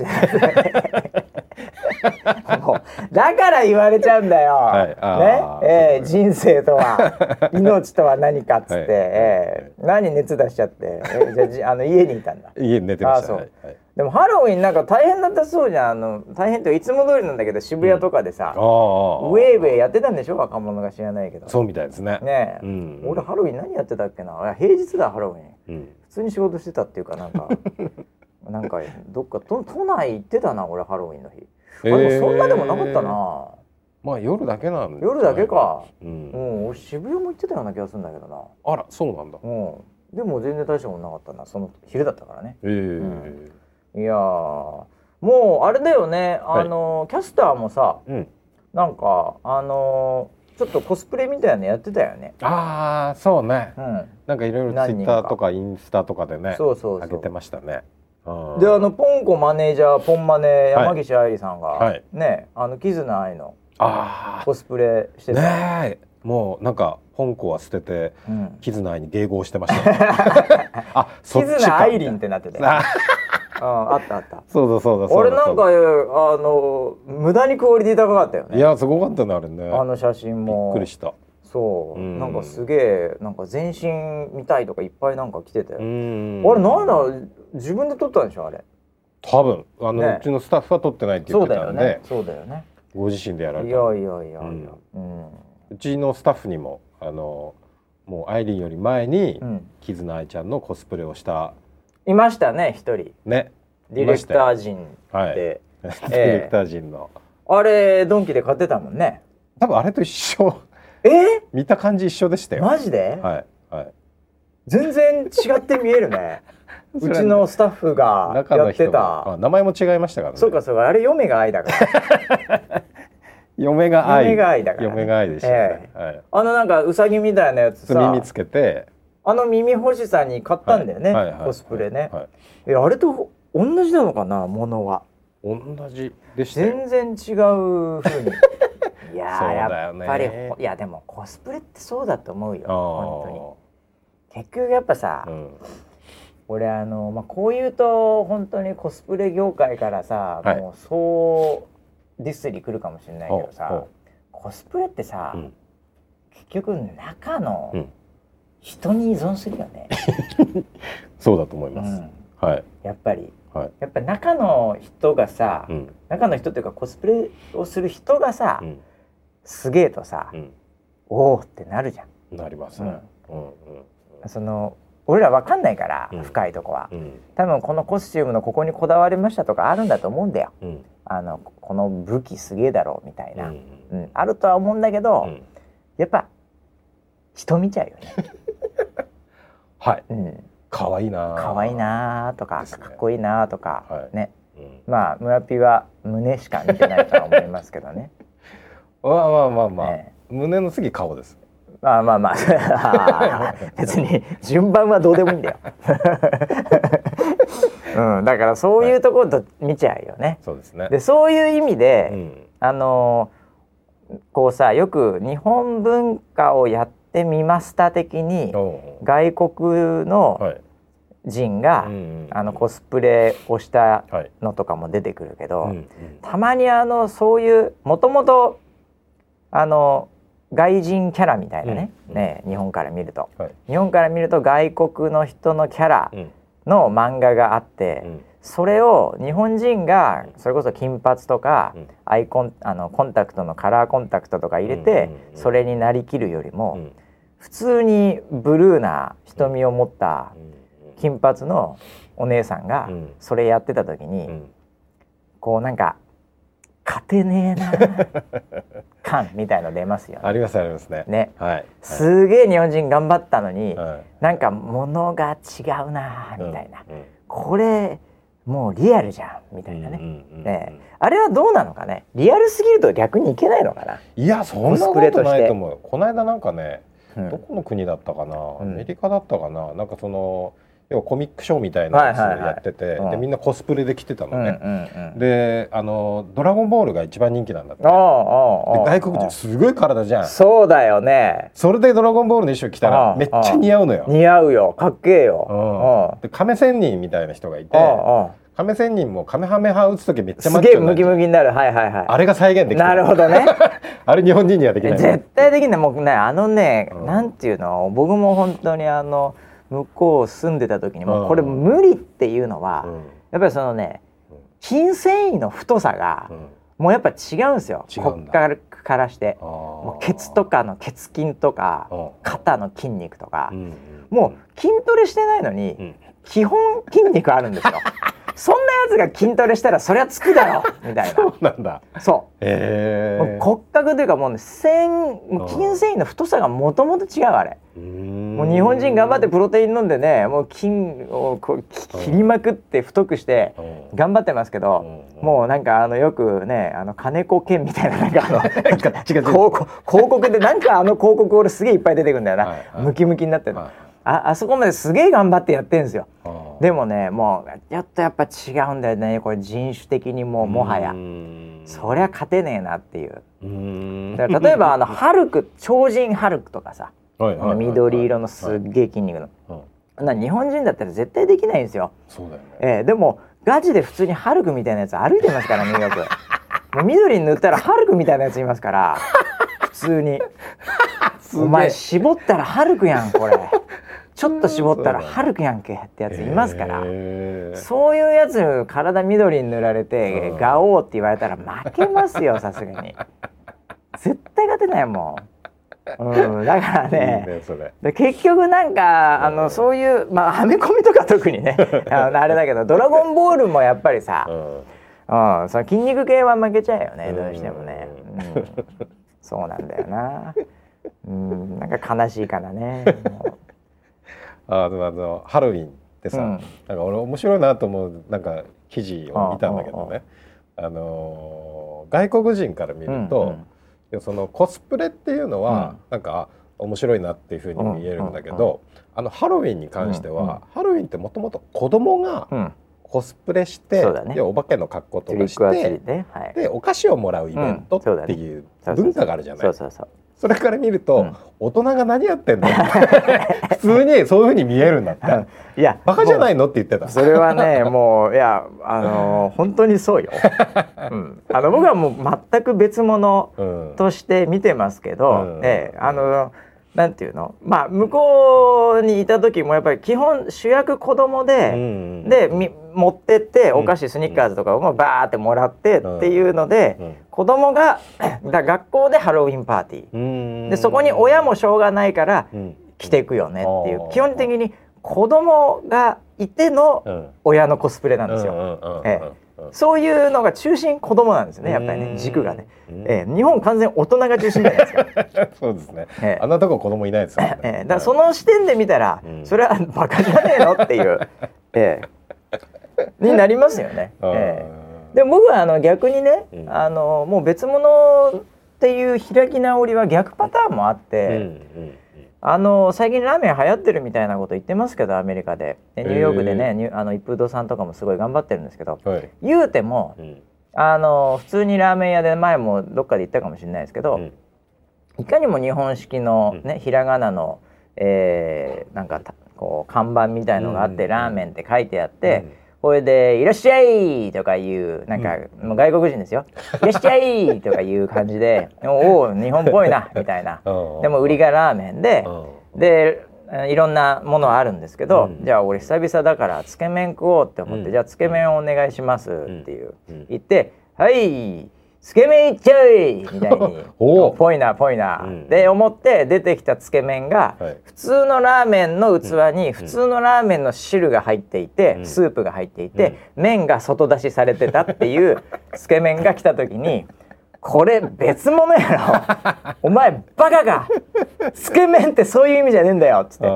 だから言われちゃうんだよ、ね、人生とは命とは何かっつって、何熱出しちゃって、じゃあ家にいたんだ。 家に寝てました。 でもハロウィンなんか大変だったそうじゃん。大変っていつも通りなんだけど、渋谷とかでさ、ウェーやってたんでしょ、若者が知らないけど。 そうみたいですね。 俺ハロウィン何やってたっけな。平日だハロウィン、普通に仕事してたっていうか、なんかどっか都内行ってたな俺、ハロウィンの日。でもそんなでもなかったな。 まあ夜だけなんで。 夜だけか。俺渋谷も行ってたような気がするんだけどな。 あら、そうなんだ。 でも全然大したもんなかったな、その昼だったからね。いやもうあれだよね、キャスターもさ、なんかちょっとコスプレみたいなのやってたよね。 ああ、そうね。なんかいろいろツイッターとかインスタとかでね、上げてましたね。 でポンコマネージャーポンマネ山岸愛理さんがね、キズナアイのコスプレしてたね。 もうなんか本校は捨てて、キズナアイに迎合してましたね。 キズナアイリンってなってた。あった。 そうだ。 俺なんか無駄にクオリティ高かったよね。 いやすごかったねあれね。 写真もびっくりした。 そう、なんかすげえなんか全身見たいとかいっぱいなんか来てて、あれなんだ、自分で撮ったんでしょあれ。 多分うちのスタッフは撮ってないって言ってたんで。 そうだよね。 ご自身でやられた。 いや、 うちのスタッフにももうアイリンより前にキズナアイちゃんのコスプレをしたいましたね、一人ね、 ディレクター陣で、 ディレクター陣のあれドンキで買ってたもんね。 多分あれと一緒。見た感じ一緒でしたよ。 マジで？ はい。 全然違って見えるね。うちのスタッフがやってた。 名前も違いましたからね。 そうか、あれ嫁が愛だから。 嫁が愛だから。 嫁が愛でしたね。 なんかウサギみたいなやつさ、 耳つけて、 耳欲しさに買ったんだよね、コスプレね。あれと同じなのかな、ものは。 同じでしたよ。 全然違う風に。いややっぱり、いやでもコスプレってそうだと思うよ、本当に。結局やっぱさ、俺こう言うと本当にコスプレ業界からさ、もうそうディスり来るかもしれないけどさ、コスプレってさ、結局中の人に依存するよね。 そうだと思います。 やっぱり中の人がさ、中の人っていうかコスプレをする人がさ、すげえとさ、おおってなるじゃん。 なりますね。 俺ら分かんないから、深いとこは、多分このコスチュームのここにこだわりましたとかあるんだと思うんだよ。この武器すげえだろうみたいな、あるとは思うんだけど、やっぱ人見ちゃうよね。 はい。可愛いなとかかっこいいなとかね。 まあ村ピは胸しか見てないとは思いますけどね。 まあ、胸の次顔です。 まあ別に順番はどうでもいいんだよ。だからそういうところと見ちゃうよね。 そうですね。 でそういう意味で、こうさよく日本文化をやってみました的に外国の人が、コスプレをしたのとかも出てくるけど、たまにそういうもともと外人キャラみたいなね、日本から見ると、外国の人のキャラの漫画があって、それを日本人がそれこそ金髪とか、コンタクトのカラーコンタクトとか入れて、それになりきるよりも、普通にブルーな瞳を持った金髪のお姉さんがそれやってた時に、こうなんか勝てねえな感みたいの出ますよね。 ありますね。 すげえ日本人頑張ったのに、なんか物が違うなみたいな、これもうリアルじゃんみたいなね。あれはどうなのかね。リアルすぎると逆にいけないのかな。 いやそんなことないと思うよ。この間なんかね、どこの国だったかな、アメリカだったかな、なんかその要はコミックショーみたいなやつやってて、でみんなコスプレで来てたのね。でドラゴンボールが一番人気なんだって。で外国人すごい体じゃん。 そうだよね。 それでドラゴンボールの衣装着たらめっちゃ似合うのよ。 似合うよ、かっけえよ。 で亀仙人みたいな人がいて、亀仙人もカメハメハ打つ時めっちゃマッチョになる。 すげえムキムキになる。あれが再現できてる。 なるほどね。 あれ日本人にはできない。 絶対できない。もうねなんていうの、僕も本当に向こう住んでた時にもこれ無理っていうのは、やっぱりそのね筋繊維の太さがもうやっぱ違うんですよ。骨格からしてもうケツとかの血筋とか肩の筋肉とか、もう筋トレしてないのに基本筋肉あるんですよ。そんなやつが筋トレしたらそりゃつくだろみたいな。 そうなんだ。 そう。もう骨格というかもう、筋繊維の太さがもともと違うあれ。もう日本人頑張ってプロテイン飲んでね、もう筋をこう切りまくって太くして頑張ってますけど、もうなんかよくね金子健みたいななんか広告でなんか広告俺すげえいっぱい出てくるんだよな。ムキムキになってる。あそこまですげえ頑張ってやってるんですよ。でもねもうちょっとやっぱ違うんだよね、これ人種的にもはやそりゃ勝てねえなっていう。だから例えばハルク、超人ハルクとかさ、緑色のすっげえ筋肉の、日本人だったら絶対できないんですよ。 そうだよね。 でもガチで普通にハルクみたいなやつ歩いてますからニューヨーク。もう緑に塗ったらハルクみたいなやついますから普通にお前絞ったらハルクやんこれ。ちょっと絞ったらハルクやんけってやついますから、そういうやつ体緑に塗られてガオーって言われたら負けますよさすがに。絶対勝てないもん。だからね、結局なんかそういうはめ込みとか特にねあれだけど、ドラゴンボールもやっぱりさ、その筋肉系は負けちゃうよねどうしてもね。そうなんだよな。なんか悲しいからね。 でもハロウィンってさ、なんか俺面白いなと思うなんか記事を見たんだけどね、外国人から見ると、そのコスプレっていうのはなんか面白いなっていうふうに見えるんだけど、ハロウィンに関しては、ハロウィンってもともと子供がコスプレして、お化けの格好とかして、でお菓子をもらうイベントっていう文化があるじゃない。それから見ると、大人が何やってんの普通にそういう風に見えるんだって。いやバカじゃないのって言ってた。 それはねもういや本当にそうよ。僕はもう全く別物として見てますけど、なんていうの、向こうにいた時もやっぱり基本主役子供で、持ってってお菓子スニッカーズとかをバーってもらってっていうので、子供が学校でハロウィンパーティーで、そこに親もしょうがないから着ていくよねっていう、基本的に子供がいての親のコスプレなんですよ。そういうのが中心子供なんですね、やっぱりね、軸がね。日本完全大人が中心じゃないですか。 そうですね。あんなとこ子供いないですよね。 だからその視点で見たら、それはバカじゃねえのっていう。 になりますよね。でも僕は逆にね、もう別物っていう開き直りは逆パターンもあって、最近ラーメン流行ってるみたいなこと言ってますけど、アメリカでニューヨークでね、一風堂さんとかもすごい頑張ってるんですけど、言うても、普通にラーメン屋で前もどっかで言ったかもしれないですけど、いかにも日本式のね、ひらがなの、なんかこう看板みたいのがあって、ラーメンって書いてあって、これで「いらっしゃい!」とかいうなんか、もう外国人ですよ「いらっしゃい!」とかいう感じで「おお日本っぽいな」みたいなでも売りがラーメンでいろんなものあるんですけど、じゃあ俺久々だからつけ麺食おうって思って、じゃあつけ麺お願いしますっていう言って「はいつけ麺いっちゃい!」みたいにぽいなぽいなで思って出てきたつけ麺が普通のラーメンの器に普通のラーメンの汁が入っていて、スープが入っていて、麺が外出しされてたっていうつけ麺が来た時に、これ別物やろお前バカか、つけ麺ってそういう意味じゃねえんだよっつって、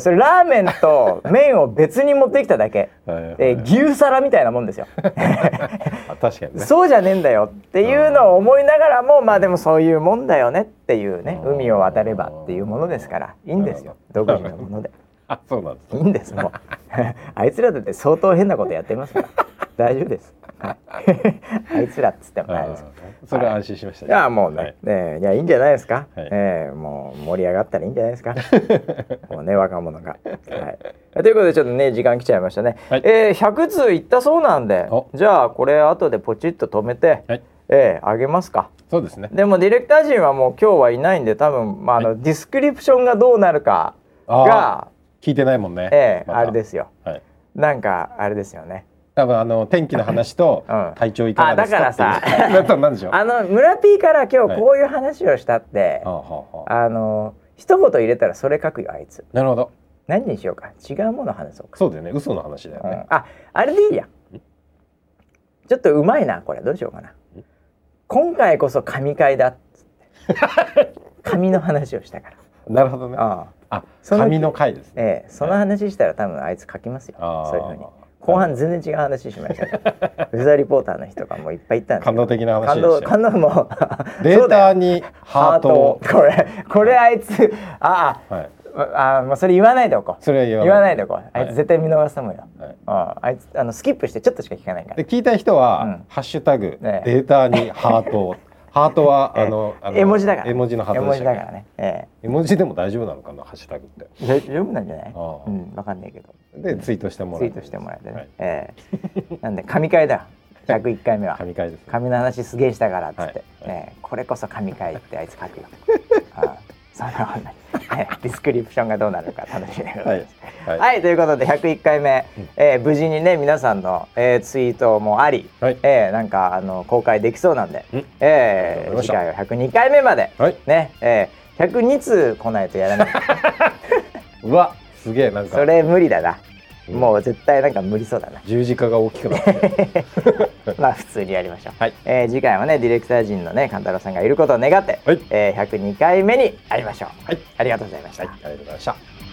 それラーメンと麺を別に持ってきただけ牛皿みたいなもんですよ確かにね、 そうじゃねえんだよっていうのを思いながらも、まあでもそういうもんだよねっていうね、海を渡ればっていうものですからいいんですよ、独自のもので。 あ、そうなんです、 いいんですもうあいつらだって相当変なことやってますから大丈夫です、はい、あいつらっつっても大丈夫です。 それは安心しましたね。 いやもうね、いやいいんじゃないですか、もう盛り上がったらいいんじゃないですかもうね若者が、ということでちょっとね時間来ちゃいましたね、100通いったそうなんで、じゃあこれ後でポチッと止めて、あげますか。 そうですね。 でもディレクター陣はもう今日はいないんで、多分、ディスクリプションがどうなるかが聞いてないもんね、 あれですよ、なんかあれですよね、 多分天気の話と体調いかがですかっていう、 だからさなんでしょう、 村 P から今日こういう話をしたって、一言入れたらそれ書くよあいつ。 なるほど。 何にしようか、違うもの話そうか。 そうだよね、嘘の話だよね。 あれでいいや。ちょっとうまいなこれ、どうしようかな。今回こそ神回だっつって神の話をしたから。 なるほどね。神の回ですね。 その話したら多分あいつ書きますよ、そういう風に。後半全然違う話しましたねウェザーリポーターの人がもういっぱいいたんで、 感動的な話でした。 感動もデータにハートをこれあいつもうそれ言わないでおこう。 それは言わないでおこう。あいつ絶対見逃すと思うよ。あいつスキップしてちょっとしか聞かないから。 で聞いた人はハッシュタグデータにハートを。ハートは絵文字だから。 絵文字のハートでしたっけ。絵文字だからね。 絵文字でも大丈夫なのかな、ハッシュタグって。 大丈夫なんじゃない？わかんないけど。 でツイートしてもらえてね。なんで神回だ。101回目は神回です。 神の話すげえしたからっつってこれこそ神回ってあいつ書くよ。そんなことない。ディスクリプションがどうなるか楽しみでございます。はい、ということで101回目、無事にね皆さんの、ツイートもあり、なんか公開できそうなんで、次回は102回目まで、ね、102通来ないとやらない。 うわ、すげえ、なんかそれ無理だな。もう絶対なんか無理そうだな。 十字架が大きくなってまあ普通にやりましょう。次回はねディレクター陣のね勘太郎さんがいることを願って、102回目に会いましょう。ありがとうございました。 ありがとうございました。